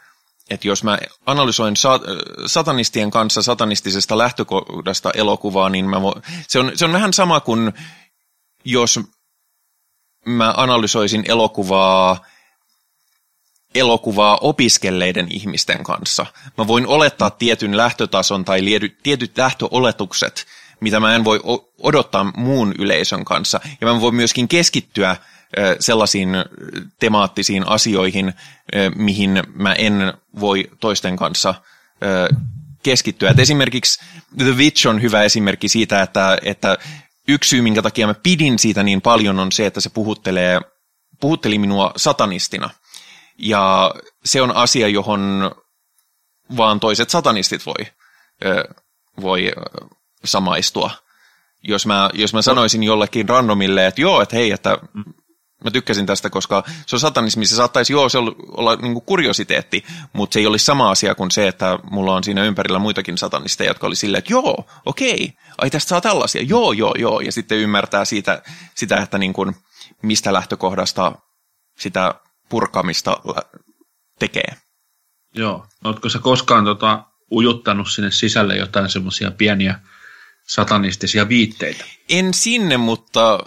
että jos mä analysoin sa- satanistien kanssa satanistisesta lähtökohdasta elokuvaa, niin mä vo- se, on, se on vähän sama kuin jos mä analysoisin elokuvaa elokuvaa opiskelleiden ihmisten kanssa. Mä voin olettaa tietyn lähtötason tai liedy, tietyt lähtöoletukset, mitä mä en voi odottaa muun yleisön kanssa. Ja mä voin myöskin keskittyä sellaisiin temaattisiin asioihin, mihin mä en voi toisten kanssa keskittyä. Et esimerkiksi The Witch on hyvä esimerkki siitä, että, että yksi syy, minkä takia mä pidin siitä niin paljon, on se, että se puhuttelee, puhutteli minua satanistina. Ja se on asia, johon vaan toiset satanistit voi, voi samaistua. Jos mä, jos mä sanoisin jollekin randomille, että joo, että hei, että mä tykkäsin tästä, koska se on satanismi, se saattaisi joo se olla, olla niin kuin kuriositeetti, mutta se ei olisi sama asia kuin se, että mulla on siinä ympärillä muitakin satanisteja, jotka oli silleen, että joo, okei, ai tästä saa tällaisia, joo, joo, joo, ja sitten ymmärtää siitä, sitä, että niin kuin, mistä lähtökohdasta sitä purkamista tekee. Joo, ootko sä koskaan tota, ujuttanut sinne sisälle jotain semmoisia pieniä satanistisia viitteitä? En sinne, mutta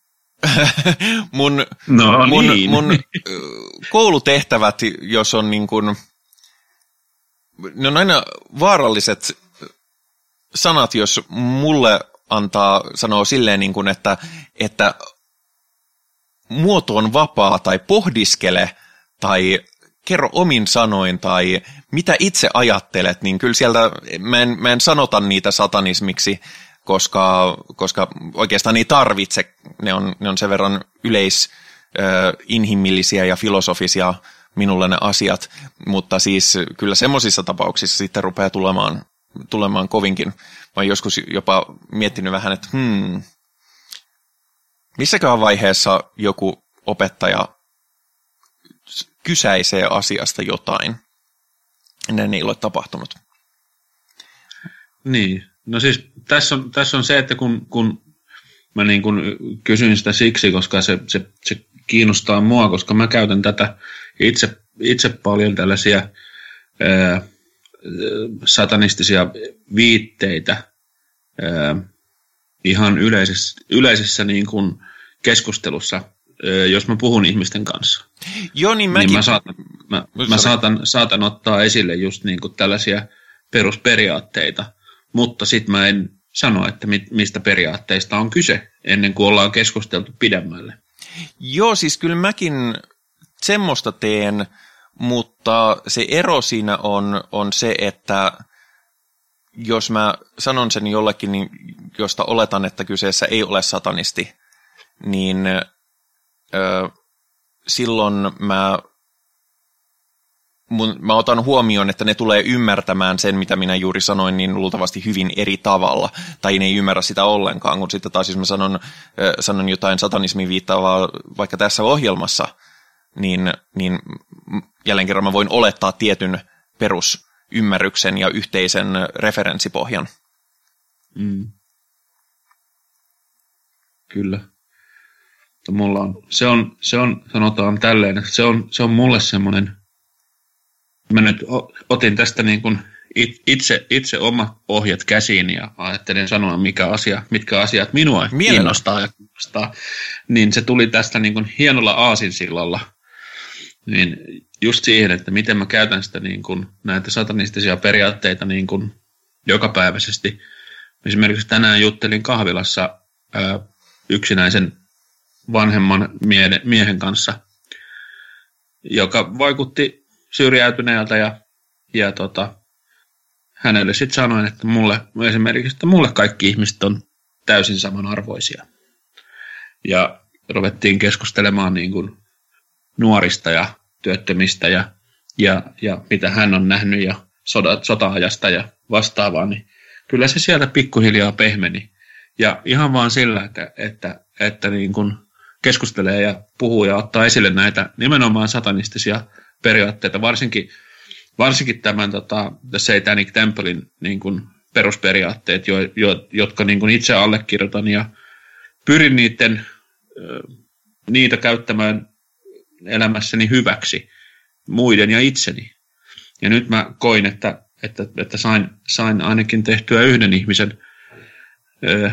mun, no, mun, niin. mun koulutehtävät, jos on niin kuin, ne on aina vaaralliset sanat, jos mulle antaa sanoa silleen, niin kuin, että, että muoto on vapaa tai pohdiskele tai kerro omin sanoin tai mitä itse ajattelet, niin kyllä sieltä mä en, mä en sanota niitä satanismiksi, koska, koska oikeastaan ei tarvitse. Ne on, ne on sen verran yleisinhimillisiä ja filosofisia minulle ne asiat, mutta siis kyllä semmoisissa tapauksissa sitten rupeaa tulemaan, tulemaan kovinkin. Mä oon joskus jopa miettinyt vähän, että hmm, missäköhän vaiheessa joku opettaja kysäisee asiasta jotain, ennen ei ole tapahtunut. Niin, no siis tässä on, tässä on se, että kun, kun mä niin kun kysyin sitä siksi, koska se, se, se kiinnostaa mua, koska mä käytän tätä itse, itse paljon tällaisia ää, satanistisia viitteitä ää, ihan yleisessä, yleisessä niin kun keskustelussa, jos mä puhun ihmisten kanssa. Joo, niin mäkin. Niin mä saatan, mä, mä saatan, saatan ottaa esille just niin kuin tällaisia perusperiaatteita, mutta sit mä en sano, että mit, mistä periaatteista on kyse, ennen kuin ollaan keskusteltu pidemmälle. Joo, siis kyllä mäkin semmoista teen, mutta se ero siinä on, on se, että jos mä sanon sen jollekin, niin josta oletan, että kyseessä ei ole satanisti, niin Öö, silloin mä, mun, mä otan huomioon, että ne tulee ymmärtämään sen, mitä minä juuri sanoin, niin luultavasti hyvin eri tavalla, tai ne ei ymmärrä sitä ollenkaan, kun sitten taas jos mä sanon, öö, sanon jotain satanismiin viittaavaa vaikka tässä ohjelmassa, niin, niin jälleen kerran mä voin olettaa tietyn perusymmärryksen ja yhteisen referenssipohjan. Mm. Kyllä. Mulla on, se, on, se on, sanotaan tälleen, että se on, se on mulle semmoinen, mä nyt otin tästä niin kuin itse, itse omat ohjat käsiin ja ajattelin sanoa, mikä asia, mitkä asiat minua kiinnostaa ja kiinnostaa, niin se tuli tästä niin kuin hienolla aasinsillalla, niin just siihen, että miten mä käytän sitä niin kuin näitä satanistisia periaatteita niin kuin jokapäiväisesti. Esimerkiksi tänään juttelin kahvilassa ää, yksinäisen vanhemman miehen kanssa, joka vaikutti syrjäytyneeltä ja, ja tota, hänelle sitten sanoin, että mulle, esimerkiksi, että mulle kaikki ihmiset on täysin samanarvoisia. Ja ruvettiin keskustelemaan niin kuin nuorista ja työttömistä ja, ja, ja mitä hän on nähnyt ja sota, sota-ajasta ja vastaavaa, niin kyllä se sieltä pikkuhiljaa pehmeni. Ja ihan vaan sillä, että, että, että niin kuin keskustelee ja puhuu ja ottaa esille näitä nimenomaan satanistisia periaatteita, varsinkin, varsinkin tämän tota, The Satanic Templein niin kuin perusperiaatteet, jo, jo, jotka niin kuin itse allekirjoitan ja pyrin niiden, niitä käyttämään elämässäni hyväksi muiden ja itseni. Ja nyt mä koin, että, että, että sain, sain ainakin tehtyä yhden ihmisen ö,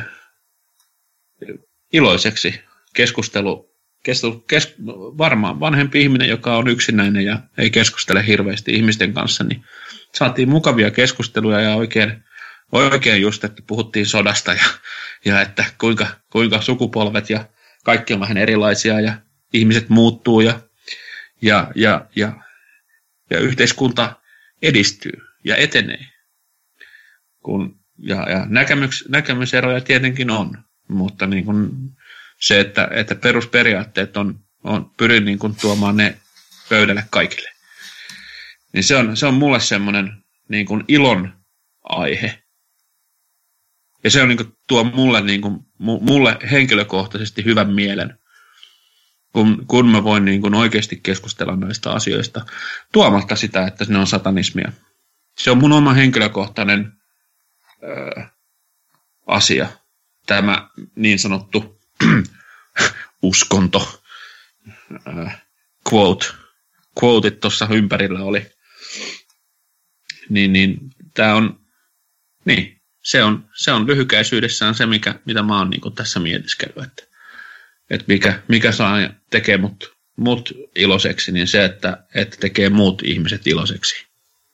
iloiseksi. Keskustelu, keskustelu kes, varmaan vanhempi ihminen, joka on yksinäinen ja ei keskustele hirveästi ihmisten kanssa, niin saatiin mukavia keskusteluja ja oikein, oikein just, että puhuttiin sodasta ja, ja että kuinka, kuinka sukupolvet ja kaikki on vähän erilaisia ja ihmiset muuttuu ja, ja, ja, ja, ja yhteiskunta edistyy ja etenee. Kun, ja ja näkemys, näkemyseroja tietenkin on, mutta niin kuin se, että, että perusperiaatteet on, on pyrin niin kuin tuomaan ne pöydälle kaikille. Niin se on, se on mulle semmoinen niin kuin ilon aihe. Ja se on niin kuin, tuo mulle, niin kuin, mulle henkilökohtaisesti hyvän mielen, kun, kun mä voin niin kuin oikeasti keskustella näistä asioista, tuomatta sitä, että ne on satanismia. Se on mun oma henkilökohtainen ö, asia, tämä niin sanottu uskonto, ö, quote, quoteit tuossa ympärillä oli. Niin, niin tämä on, niin, se on, se on lyhykäisyydessään se, mikä, mitä mä oon niin kuin tässä mietiskellyt, että, että mikä, mikä saa tekee mut, mut iloiseksi, niin se, että, että tekee muut ihmiset iloiseksi.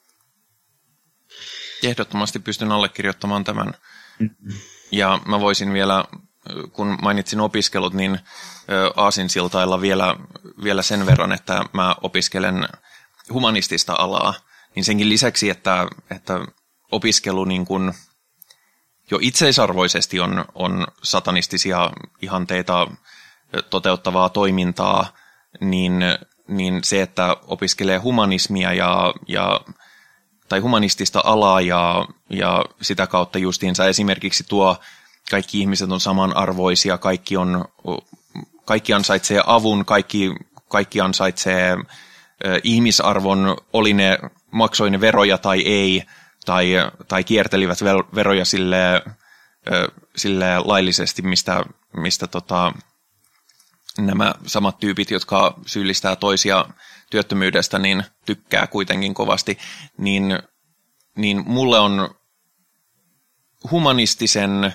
Ehdottomasti pystyn allekirjoittamaan tämän. Ja mä voisin vielä, kun mainitsin opiskelut, niin aasinsiltailla vielä, vielä sen verran, että mä opiskelen humanistista alaa, niin senkin lisäksi, että, että opiskelu niin kuin jo itseisarvoisesti on, on satanistisia ihanteita toteuttavaa toimintaa, niin, niin se, että opiskelee humanismia ja, ja, tai humanistista alaa ja, ja sitä kautta justiinsa esimerkiksi tuo kaikki ihmiset on samanarvoisia, kaikki, on, kaikki ansaitsee avun, kaikki, kaikki ansaitsee ihmisarvon, oli ne, maksoi ne veroja tai ei, tai, tai kiertelivät veroja sille, sille laillisesti, mistä, mistä tota, nämä samat tyypit, jotka syyllistää toisia työttömyydestä, niin tykkää kuitenkin kovasti, niin, niin mulle on humanistisen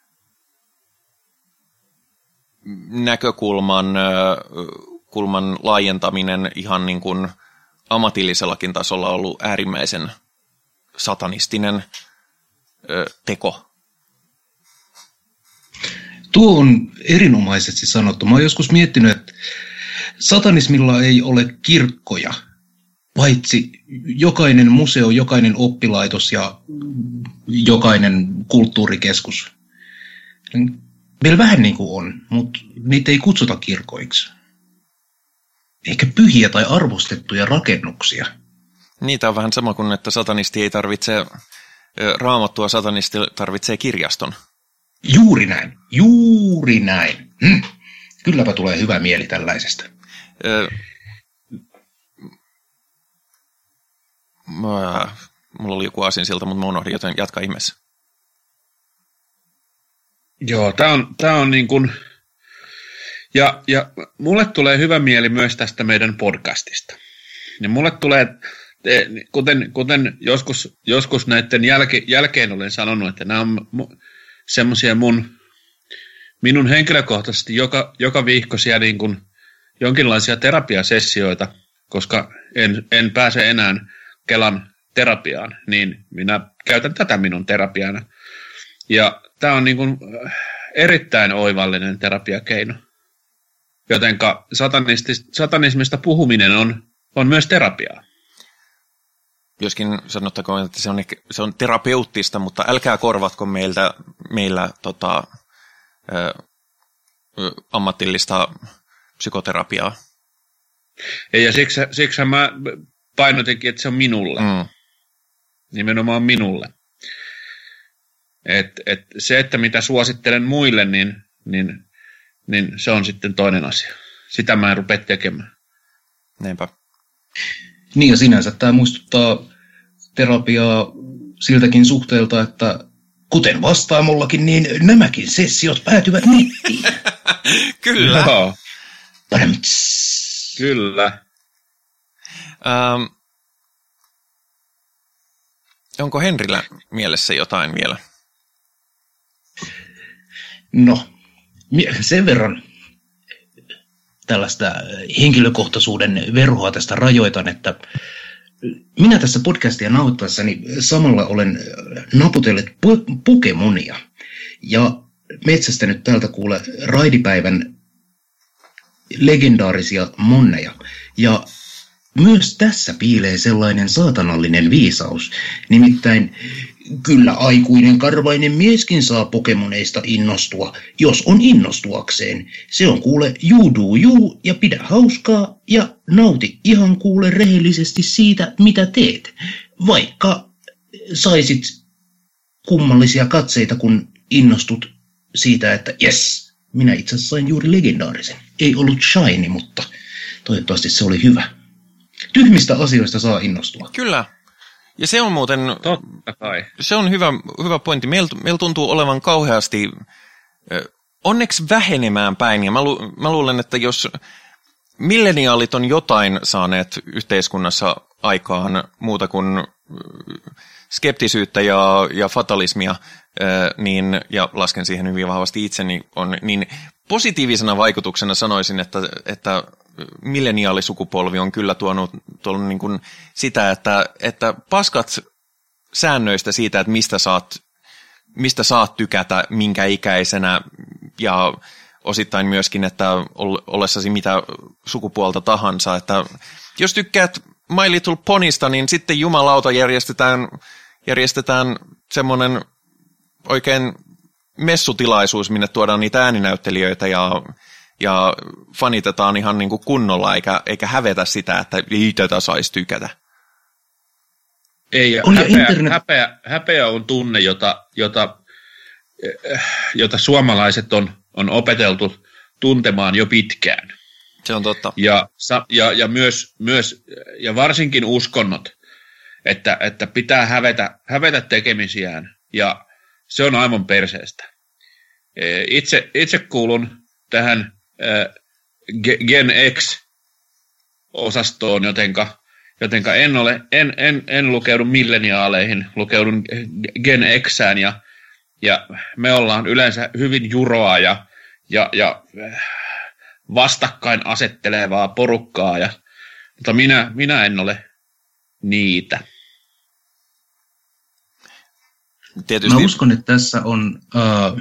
näkökulman kulman laajentaminen ihan niin kuin ammatillisellakin tasolla ollut äärimmäisen satanistinen ö, teko. Tuo on erinomaisesti sanottu. Mä oon joskus miettinyt, että satanismilla ei ole kirkkoja, paitsi jokainen museo, jokainen oppilaitos ja jokainen kulttuurikeskus. Meillä vähän niin kuin on, mutta niitä ei kutsuta kirkoiksi. Eikä pyhiä tai arvostettuja rakennuksia. Niitä on vähän sama kuin, että satanisti ei tarvitse raamattua, satanisti tarvitsee kirjaston. Juuri näin, juuri näin. Hm. Kylläpä tulee hyvä mieli tällaisesta. Ö, mä, mulla oli joku aasinsilta, mutta mä unohdin, joten jatka ihmeessä. Joo, tää on, tää on niin kuin... Ja, ja mulle tulee hyvä mieli myös tästä meidän podcastista. Ja mulle tulee, kuten, kuten joskus, joskus näiden jälke, jälkeen olen sanonut, että nämä on semmoisia mun, minun henkilökohtaisesti joka, joka viikkoisia niin kuin jonkinlaisia terapiasessioita, koska en, en pääse enää Kelan terapiaan, niin minä käytän tätä minun terapiana. Ja tämä on niin kuin erittäin oivallinen terapiakeino. Jotenka satanismista puhuminen on, on myös terapiaa. Joskin sanottakoon, että se on, se on terapeuttista, mutta älkää korvatko meiltä, meillä tota, ä, ammatillista psykoterapiaa. Ja siksi, siksi mä painotinkin, että se on minulle. Mm. Nimenomaan minulle. Et, et se, että mitä suosittelen muille, niin... niin niin se on sitten toinen asia. Sitä mä en rupea tekemään. Niinpä. Niin ja sinänsä tämä muistuttaa terapiaa siltäkin suhteelta, että kuten vastaamollakin, niin nämäkin sessiot päätyvät nettiin. Kyllä. Joo. Kyllä. Ähm, Onko Henrillä mielessä jotain vielä? No, sen verran tällaista henkilökohtaisuuden verhoa tästä rajoitan, että minä tässä podcastia nauhoittaessani samalla olen naputellut Pokemonia ja metsästänyt täältä kuule raidipäivän legendaarisia monneja. Ja myös tässä piilee sellainen saatanallinen viisaus, nimittäin kyllä aikuinen karvainen mieskin saa Pokemoneista innostua, jos on innostuakseen. Se on kuule you do you ja pidä hauskaa ja nauti ihan kuule rehellisesti siitä, mitä teet. Vaikka saisit kummallisia katseita, kun innostut siitä, että jes, minä itse asiassa sain juuri legendaarisen. Ei ollut shiny, mutta toivottavasti se oli hyvä. Tyhmistä asioista saa innostua. Kyllä. Ja se on muuten, totta kai. Se on hyvä, hyvä pointti. Meillä meil tuntuu olevan kauheasti onneksi vähenemään päin. Ja mä, lu, mä luulen, että jos milleniaalit on jotain saaneet yhteiskunnassa aikaan muuta kuin skeptisyyttä ja, ja fatalismia, niin, ja lasken siihen hyvin vahvasti itseni, on, niin positiivisena vaikutuksena sanoisin, että, että milleniaalisukupolvi on kyllä tuonut, tuonut niin kuin sitä, että, että paskat säännöistä siitä, että mistä saat, mistä saat tykätä, minkä ikäisenä, ja osittain myöskin, että ollessasi mitä sukupuolta tahansa, että jos tykkäät My Little Ponysta, niin sitten jumalauta järjestetään, järjestetään semmoinen oikein messutilaisuus, minne tuodaan niitä ääninäyttelijöitä ja, ja fanitetaan ihan niin kuin kunnolla, eikä, eikä hävetä sitä, että ei tätä saisi tykätä. Ei, ja häpeä, internet... häpeä, häpeä on tunne, jota, jota, jota suomalaiset on, on opeteltu tuntemaan jo pitkään. Se on totta. Ja, ja, ja, myös, myös, ja varsinkin uskonnot, että, että pitää hävetä, hävetä tekemisiään, ja se on aivan perseestä. Itse, itse kuulun tähän äh, Gen X-osastoon, jotenka, jotenka en, ole, en, en, en lukeudu milleniaaleihin, lukeudun Gen Xään, ja, ja me ollaan yleensä hyvin juroa ja, ja, ja vastakkain asettelevaa porukkaa, ja, mutta minä, minä en ole niitä. Tietysti. Mä uskon, että tässä on uh,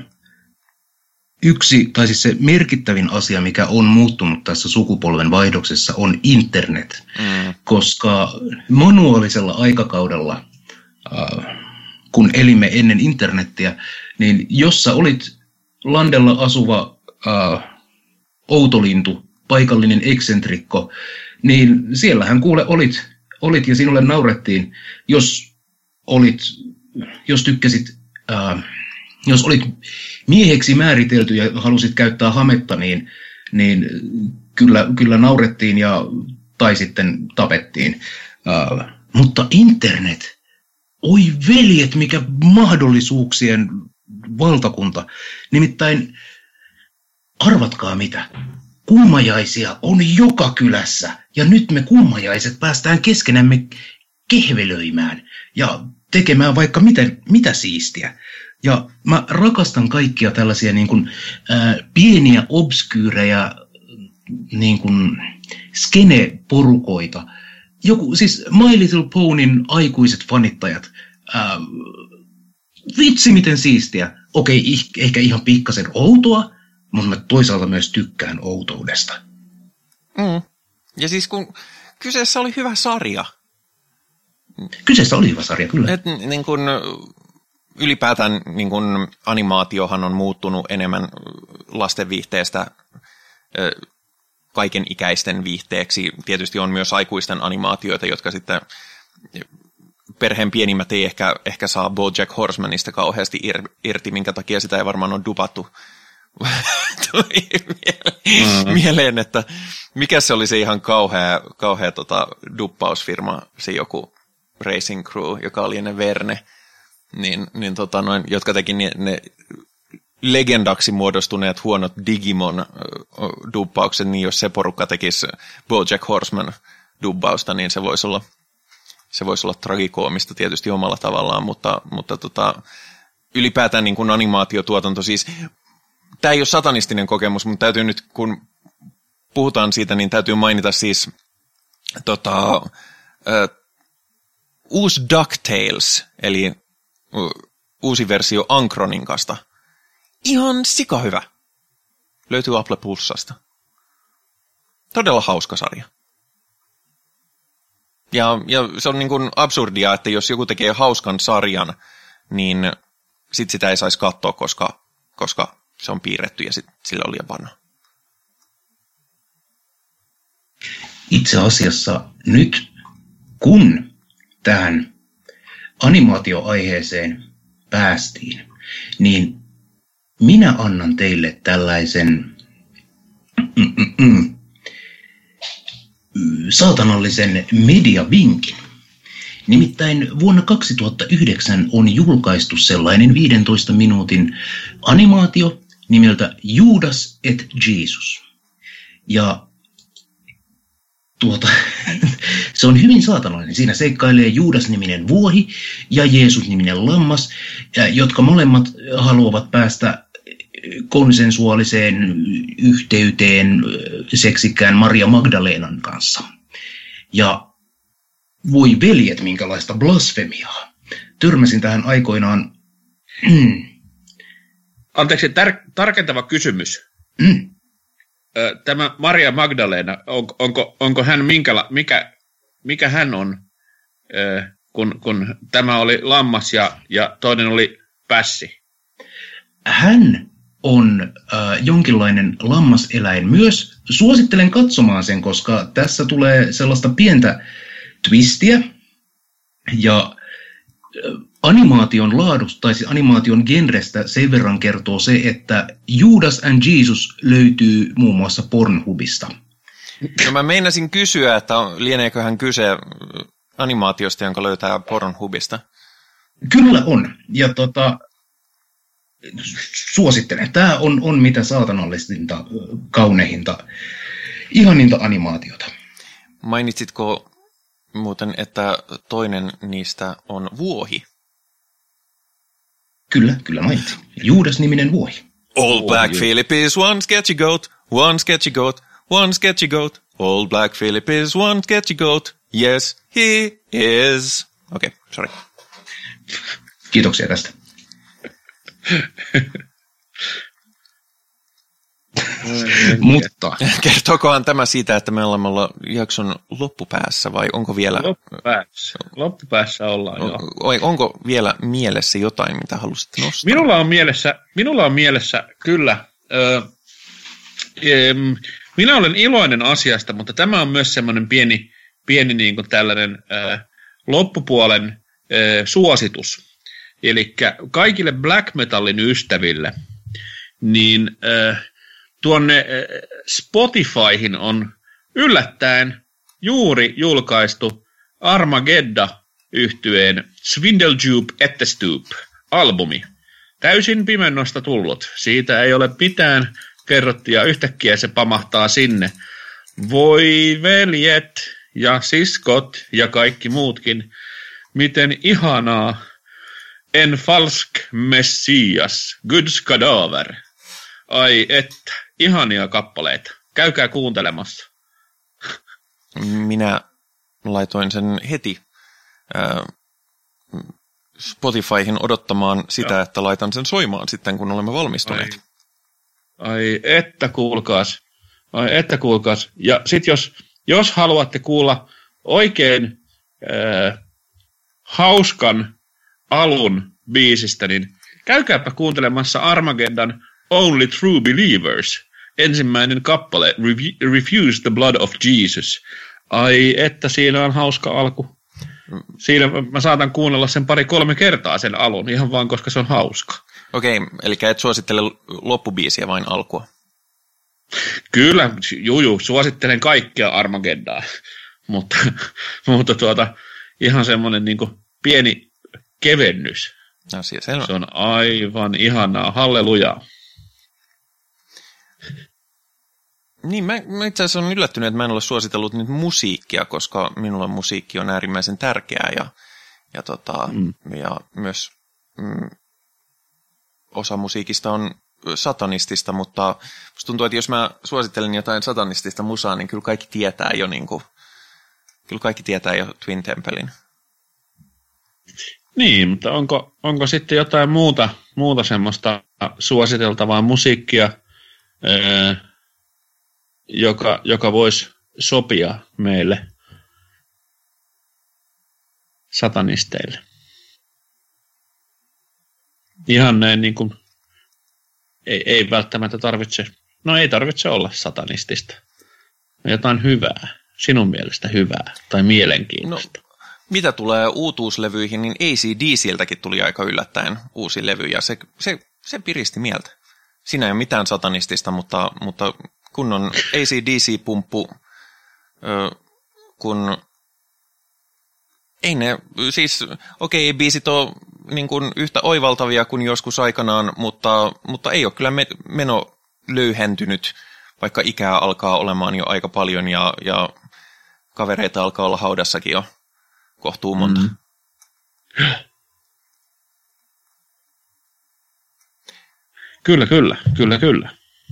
yksi, tai siis se merkittävin asia, mikä on muuttunut tässä sukupolven vaihdoksessa, on internet. Mm. Koska manuaalisella aikakaudella, uh, kun elimme ennen internettiä, niin jos sä olit landella asuva uh, outolintu, paikallinen eksentrikko, niin siellähän kuule olit, olit ja sinulle naurettiin, jos olit... Jos tykkäsit, äh, jos olit mieheksi määritelty ja halusit käyttää hametta, niin, niin kyllä, kyllä naurettiin ja, tai sitten tapettiin. Äh, mutta internet, oi veljet, mikä mahdollisuuksien valtakunta. Nimittäin, arvatkaa mitä, kummajaisia on joka kylässä ja nyt me kummajaiset päästään keskenämme kehvelöimään ja tekemään vaikka mitä, mitä siistiä. Ja mä rakastan kaikkia tällaisia niin kuin, ää, pieniä obskyyrejä niin kuin skene-porukoita. Joku, siis My Little Ponyn aikuiset fanittajat. Ää, vitsi miten siistiä. Okei, ehkä ihan pikkasen outoa, mutta mä toisaalta myös tykkään outoudesta. Mm. Ja siis kun kyseessä oli hyvä sarja. Kyseessä oli hyvä sarja, kyllä. Et, niin kun, ylipäätään niin kun, animaatiohan on muuttunut enemmän lasten viihteestä kaiken ikäisten viihteeksi. Tietysti on myös aikuisten animaatioita, jotka sitten perheen pienimmät ei ehkä, ehkä saa BoJack Horsemanista kauheasti irti, minkä takia sitä ei varmaan ole dupattu. Tuli mm-hmm. mieleen, että mikä se oli se ihan kauhea, kauhea tota, duppausfirma, se joku Racing Crew, joka oli ennen Verne, niin, niin tota noin, jotka teki ne, ne legendaksi muodostuneet huonot Digimon-dubbaukset, niin jos se porukka tekisi BoJack Horseman-dubbausta, niin se voisi olla se voisi olla tragikoomista tietysti omalla tavallaan, mutta, mutta tota, ylipäätään niin kuin animaatiotuotanto, siis tämä ei ole satanistinen kokemus, mutta täytyy nyt, kun puhutaan siitä, niin täytyy mainita siis tota, ö, uusi DuckTales, eli uusi versio Ankroninkasta. Ihan sika hyvä. Löytyy Apple Plusasta. Todella hauska sarja. Ja, ja se on niin kuin absurdia, että jos joku tekee hauskan sarjan, niin sit sitä ei saisi katsoa, koska, koska se on piirretty ja sit sillä on liian vanha. Itse asiassa nyt, kun tähän animaatioaiheeseen päästiin, niin minä annan teille tällaisen mm-mm, saatanallisen mediavinkin. Nimittäin vuonna kaksituhattayhdeksän on julkaistu sellainen viidentoista minuutin animaatio nimeltä Judas et Jesus. Ja tuota, se on hyvin saatanallinen. Siinä seikkailee Juudas-niminen vuohi ja Jeesus-niminen lammas, jotka molemmat haluavat päästä konsensuaaliseen yhteyteen seksikkään Maria Magdalenan kanssa. Ja voi veljet, minkälaista blasfemiaa. Törmäsin tähän aikoinaan. Anteeksi, tar- tarkentava kysymys. Mm. Tämä Maria Magdalena, on, onko, onko hän minkäla, mikä, mikä hän on, kun, kun tämä oli lammas ja, ja toinen oli pässi? Hän on äh, jonkinlainen lammaseläin myös. Suosittelen katsomaan sen, koska tässä tulee sellaista pientä twistiä. Ja äh, animaation laadusta tai siis animaation genrestä sen verran kertoo se, että Judas and Jesus löytyy muun muassa Pornhubista. No mä meinasin kysyä, että lieneeköhän kyse animaatiosta, jonka löytää Pornhubista. Kyllä on. Ja tota, suosittelen. Tämä on, on mitä saatanallistinta, kaunehinta, ihaninta animaatiota. Mainitsitko muuten, että toinen niistä on vuohi? Kyllä, kyllä mainitsin. Juudas-niminen vuohi. All Black Phillip is one sketchy goat, one sketchy goat, one sketchy goat. All Black Phillip is one sketchy goat. Yes, he is. Okei, okay, sorry. Kiitoksia tästä. Mutta kertookohan tämä siitä, että me olemme olla jakson loppupäässä vai onko vielä... Loppupäässä, loppupäässä ollaan on, jo. Onko vielä mielessä jotain, mitä halusit nostaa? Minulla on mielessä, minulla on mielessä kyllä. Ö, minä olen iloinen asiasta, mutta tämä on myös semmoinen pieni, pieni niin kuin tällainen ö, loppupuolen ö, suositus. Eli kaikille black metalin ystäville, niin äh, tuonne äh, Spotifyhin on yllättäen juuri julkaistu Armageddon-yhtyeen Swindeljupe Ettestup-albumi. Täysin pimennosta tullut. Siitä ei ole mitään kerrottu ja yhtäkkiä se pamahtaa sinne. Voi veljet ja siskot ja kaikki muutkin, miten ihanaa. En falsk messias, goods cadaver. Ai että, ihania kappaleita. Käykää kuuntelemassa. Minä laitoin sen heti äh, Spotifyhin odottamaan sitä, ja. että laitan sen soimaan sitten, kun olemme valmistuneet. Ai, ai että kuulkaas. Ai että kuulkaas. Ja sit jos, jos haluatte kuulla oikein äh, hauskan alun biisistä, niin käykääpä kuuntelemassa Armageddon Only True Believers. Ensimmäinen kappale, Refuse the Blood of Jesus. Ai, että siinä on hauska alku. Siinä mä saatan kuunnella sen pari-kolme kertaa sen alun, ihan vaan koska se on hauska. Okei, eli et suosittele loppubiisiä, vain alkua? Kyllä, juu, juu suosittelen kaikkea Armageddonaa, mutta, mutta tuota, ihan semmoinen niin kuin pieni kevennys. Asia selvä. Se on aivan ihanaa. Hallelujaa. Niin, mä, mä itse asiassa olen yllättynyt, että mä en ole suositellut nyt musiikkia, koska minulla musiikki on äärimmäisen tärkeää ja, ja, tota, mm. ja myös mm, osa musiikista on satanistista, mutta musta tuntuu, että jos mä suosittelen jotain satanistista musaa, niin kyllä kaikki tietää jo, niin kuin, kyllä kaikki tietää jo Twin Templen. Niin, mutta onko, onko sitten jotain muuta, muuta semmoista suositeltavaa musiikkia, öö, joka, joka voisi sopia meille satanisteille? Ihan näin niin kuin, ei, ei välttämättä tarvitse, no ei tarvitse olla satanistista. Jotain hyvää, sinun mielestä hyvää tai mielenkiintoista. No, mitä tulee uutuuslevyihin, niin A C D C:ltäkin tuli aika yllättäen uusi levy ja se, se, se piristi mieltä. Siinä ei ole mitään satanistista, mutta, mutta kun on A C D C-pumppu, kun ei ne, siis okei, okay, biisit on niin kuin yhtä oivaltavia kuin joskus aikanaan, mutta, mutta ei ole kyllä meno löyhentynyt, vaikka ikää alkaa olemaan jo aika paljon ja, ja kavereita alkaa olla haudassakin jo kohtuu monta. Mm. Kyllä, kyllä, kyllä, kyllä.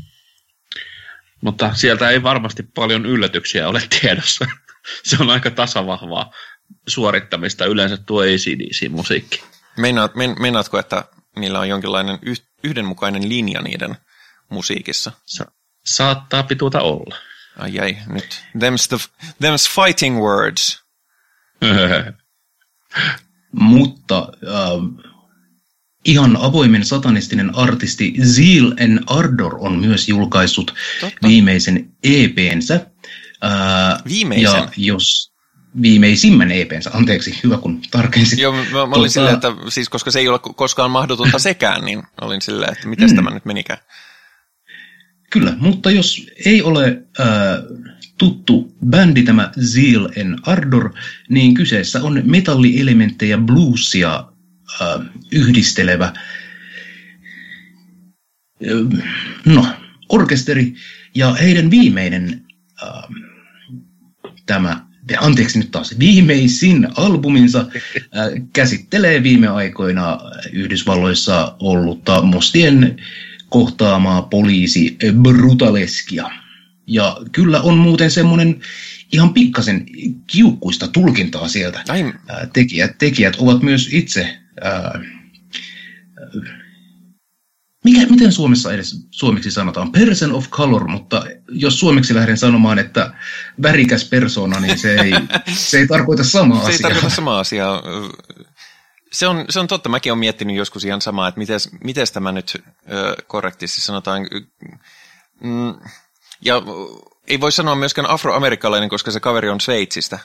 Mutta sieltä ei varmasti paljon yllätyksiä ole tiedossa. Se on aika tasavahvaa suorittamista yleensä tuo A C D C-musiikki. Meinaat, mein, meinaatko, että niillä on jonkinlainen yh, yhdenmukainen linja niiden musiikissa? Sa- saattaa pituuta olla. Ai jäi, nyt. Them's, the, them's fighting words. Mutta äh, ihan avoimen satanistinen artisti Zeal and Ardor on myös julkaissut Totta. viimeisen E P:nsä. Äh, viimeisen? Ja jos viimeisimmän E P:nsä, anteeksi, hyvä kun tarkensit. Joo, mä, mä olin tota... silleen, että siis koska se ei ole koskaan mahdotonta sekään, niin olin silleen, että miten mm. tämä nyt menikään. Kyllä, mutta jos ei ole äh, tuttu bändi tämä Zeal and Ardor, niin kyseessä on metallielementtejä bluesia äh, yhdistelevä äh, no, orkesteri, ja heidän viimeinen äh, tämä, anteeksi nyt taas, viimeisin albuminsa äh, käsittelee viime aikoina Yhdysvalloissa ollutta mostien kohtaamaa poliisi brutaleskia. Ja kyllä on muuten semmoinen ihan pikkasen kiukkuista tulkintaa sieltä. Ää, tekijät, tekijät ovat myös itse, ää, mikä, miten Suomessa edes suomeksi sanotaan, person of color, mutta jos suomeksi lähden sanomaan, että värikäs persona, niin se ei, se ei tarkoita samaa asiaa. Se ei tarkoita samaa asiaa. Se on, se on totta. Mäkin olen miettinyt joskus ihan samaa, että miten tämä nyt ö, korrektisti sanotaan. Mm, ja ei voi sanoa myöskään afroamerikkalainen, koska se kaveri on Sveitsistä.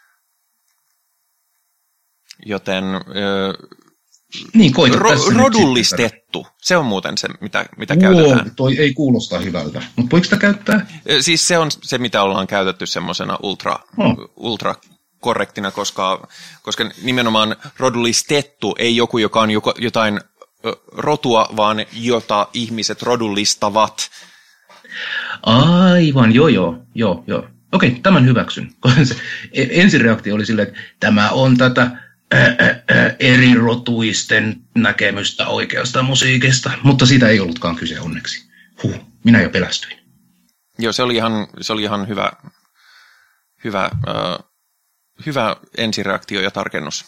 Joten ö, niin, ro, rodullistettu. Se on muuten se, mitä, mitä Uo, käytetään. Toi ei kuulosta hyvältä. Mutta voiko sitä käyttää? Siis se on se, mitä ollaan käytetty semmoisena ultra, oh. ultra korrektina, koska, koska nimenomaan rodullistettu ei joku, joka on joko, jotain rotua, vaan jota ihmiset rodullistavat. Aivan, joo, joo, joo, joo. Okei, tämän hyväksyn. Ensireaktio oli silleen, että tämä on tätä ää, ää, erirotuisten näkemystä oikeasta musiikista, mutta siitä ei ollutkaan kyse onneksi. Huh, minä jo pelästyin. Joo, se oli ihan, se oli ihan hyvä, hyvä äh, Hyvä ensireaktio ja tarkennus.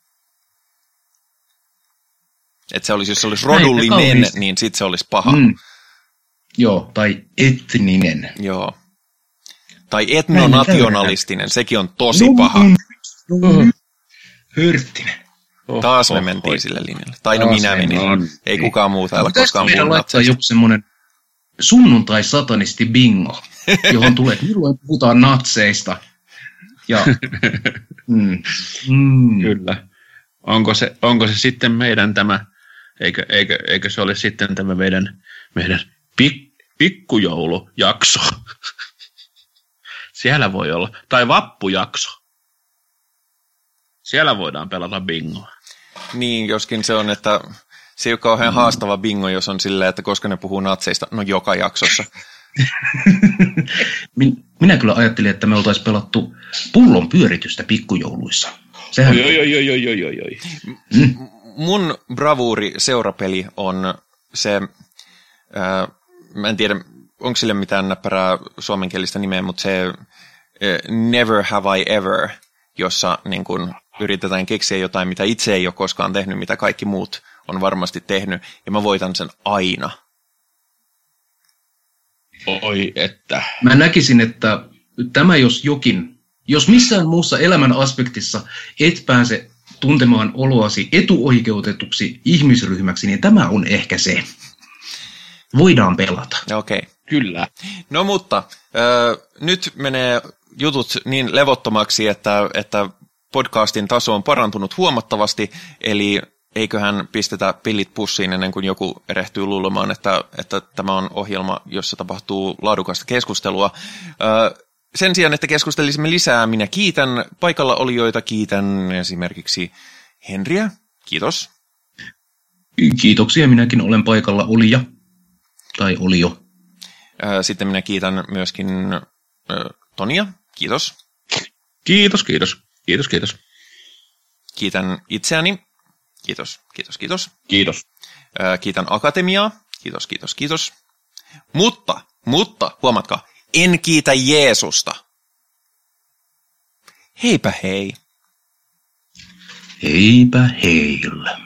Että se olisi, jos se olisi rodullinen, Näin, niin sitten se olisi paha. Mm. Joo, tai etninen. Joo. Tai etnonationalistinen, sekin on tosi paha. Oh. Hörttinen. Oh, Taas oh, me mentiin oh. sille linjalle. Tai no minä menin. On. Ei kukaan muu täällä koskaan puhunut. Laittaa joku semmoinen sunnuntai-satanisti bingo, johon tulee, että milloin puhutaan natseista. Ja, mm, mm. Kyllä. Onko se, onko se sitten meidän tämä, eikö, eikö, eikö se ole sitten tämä meidän, meidän pik, pikkujoulujakso? Siellä voi olla. Tai vappujakso. Siellä voidaan pelata bingoa. Niin, joskin se on, että se ei ole kauhean mm. haastava bingo, jos on silleen, että koska ne puhuu natseista, no joka jaksossa. Minä kyllä ajattelin, että me oltaisiin pelattu pullon pyöritystä pikkujouluissa. Sehän... Oi, oi, oi, oi, oi, oi, oi. Mm. Mun bravuuri seurapeli on se, ää, mä en tiedä, onko sille mitään näppärää suomenkielistä nimeä, mutta se ää, Never Have I Ever, jossa niin kun yritetään keksiä jotain, mitä itse ei ole koskaan tehnyt, mitä kaikki muut on varmasti tehnyt, ja mä voitan sen aina. Oi, että. Mä näkisin, että tämä jos jokin, jos missään muussa elämän aspektissa et pääse tuntemaan oloasi etuoikeutetuksi ihmisryhmäksi, niin tämä on ehkä se. Voidaan pelata. Okei. Okay. Kyllä. No mutta, äh, nyt menee jutut niin levottomaksi, että, että podcastin taso on parantunut huomattavasti, eli eiköhän pistetä pillit pussiin ennen kuin joku erehtyy luulemaan, että, että tämä on ohjelma, jossa tapahtuu laadukasta keskustelua. Äh, sen sijaan, että keskustelisimme lisää, minä kiitän paikalla olijoita, kiitän esimerkiksi Henriä, kiitos. Kiitoksia, minäkin olen paikalla olija, tai olio. Sitten minä kiitän myöskin Tonia, kiitos. Kiitos, kiitos, kiitos, kiitos. Kiitän itseäni, kiitos, kiitos, kiitos. Kiitos. Kiitän Akatemiaa, kiitos, kiitos, kiitos. Mutta, mutta, huomatkaa, en kiitä Jeesusta. Heipä hei. Heipä heillä.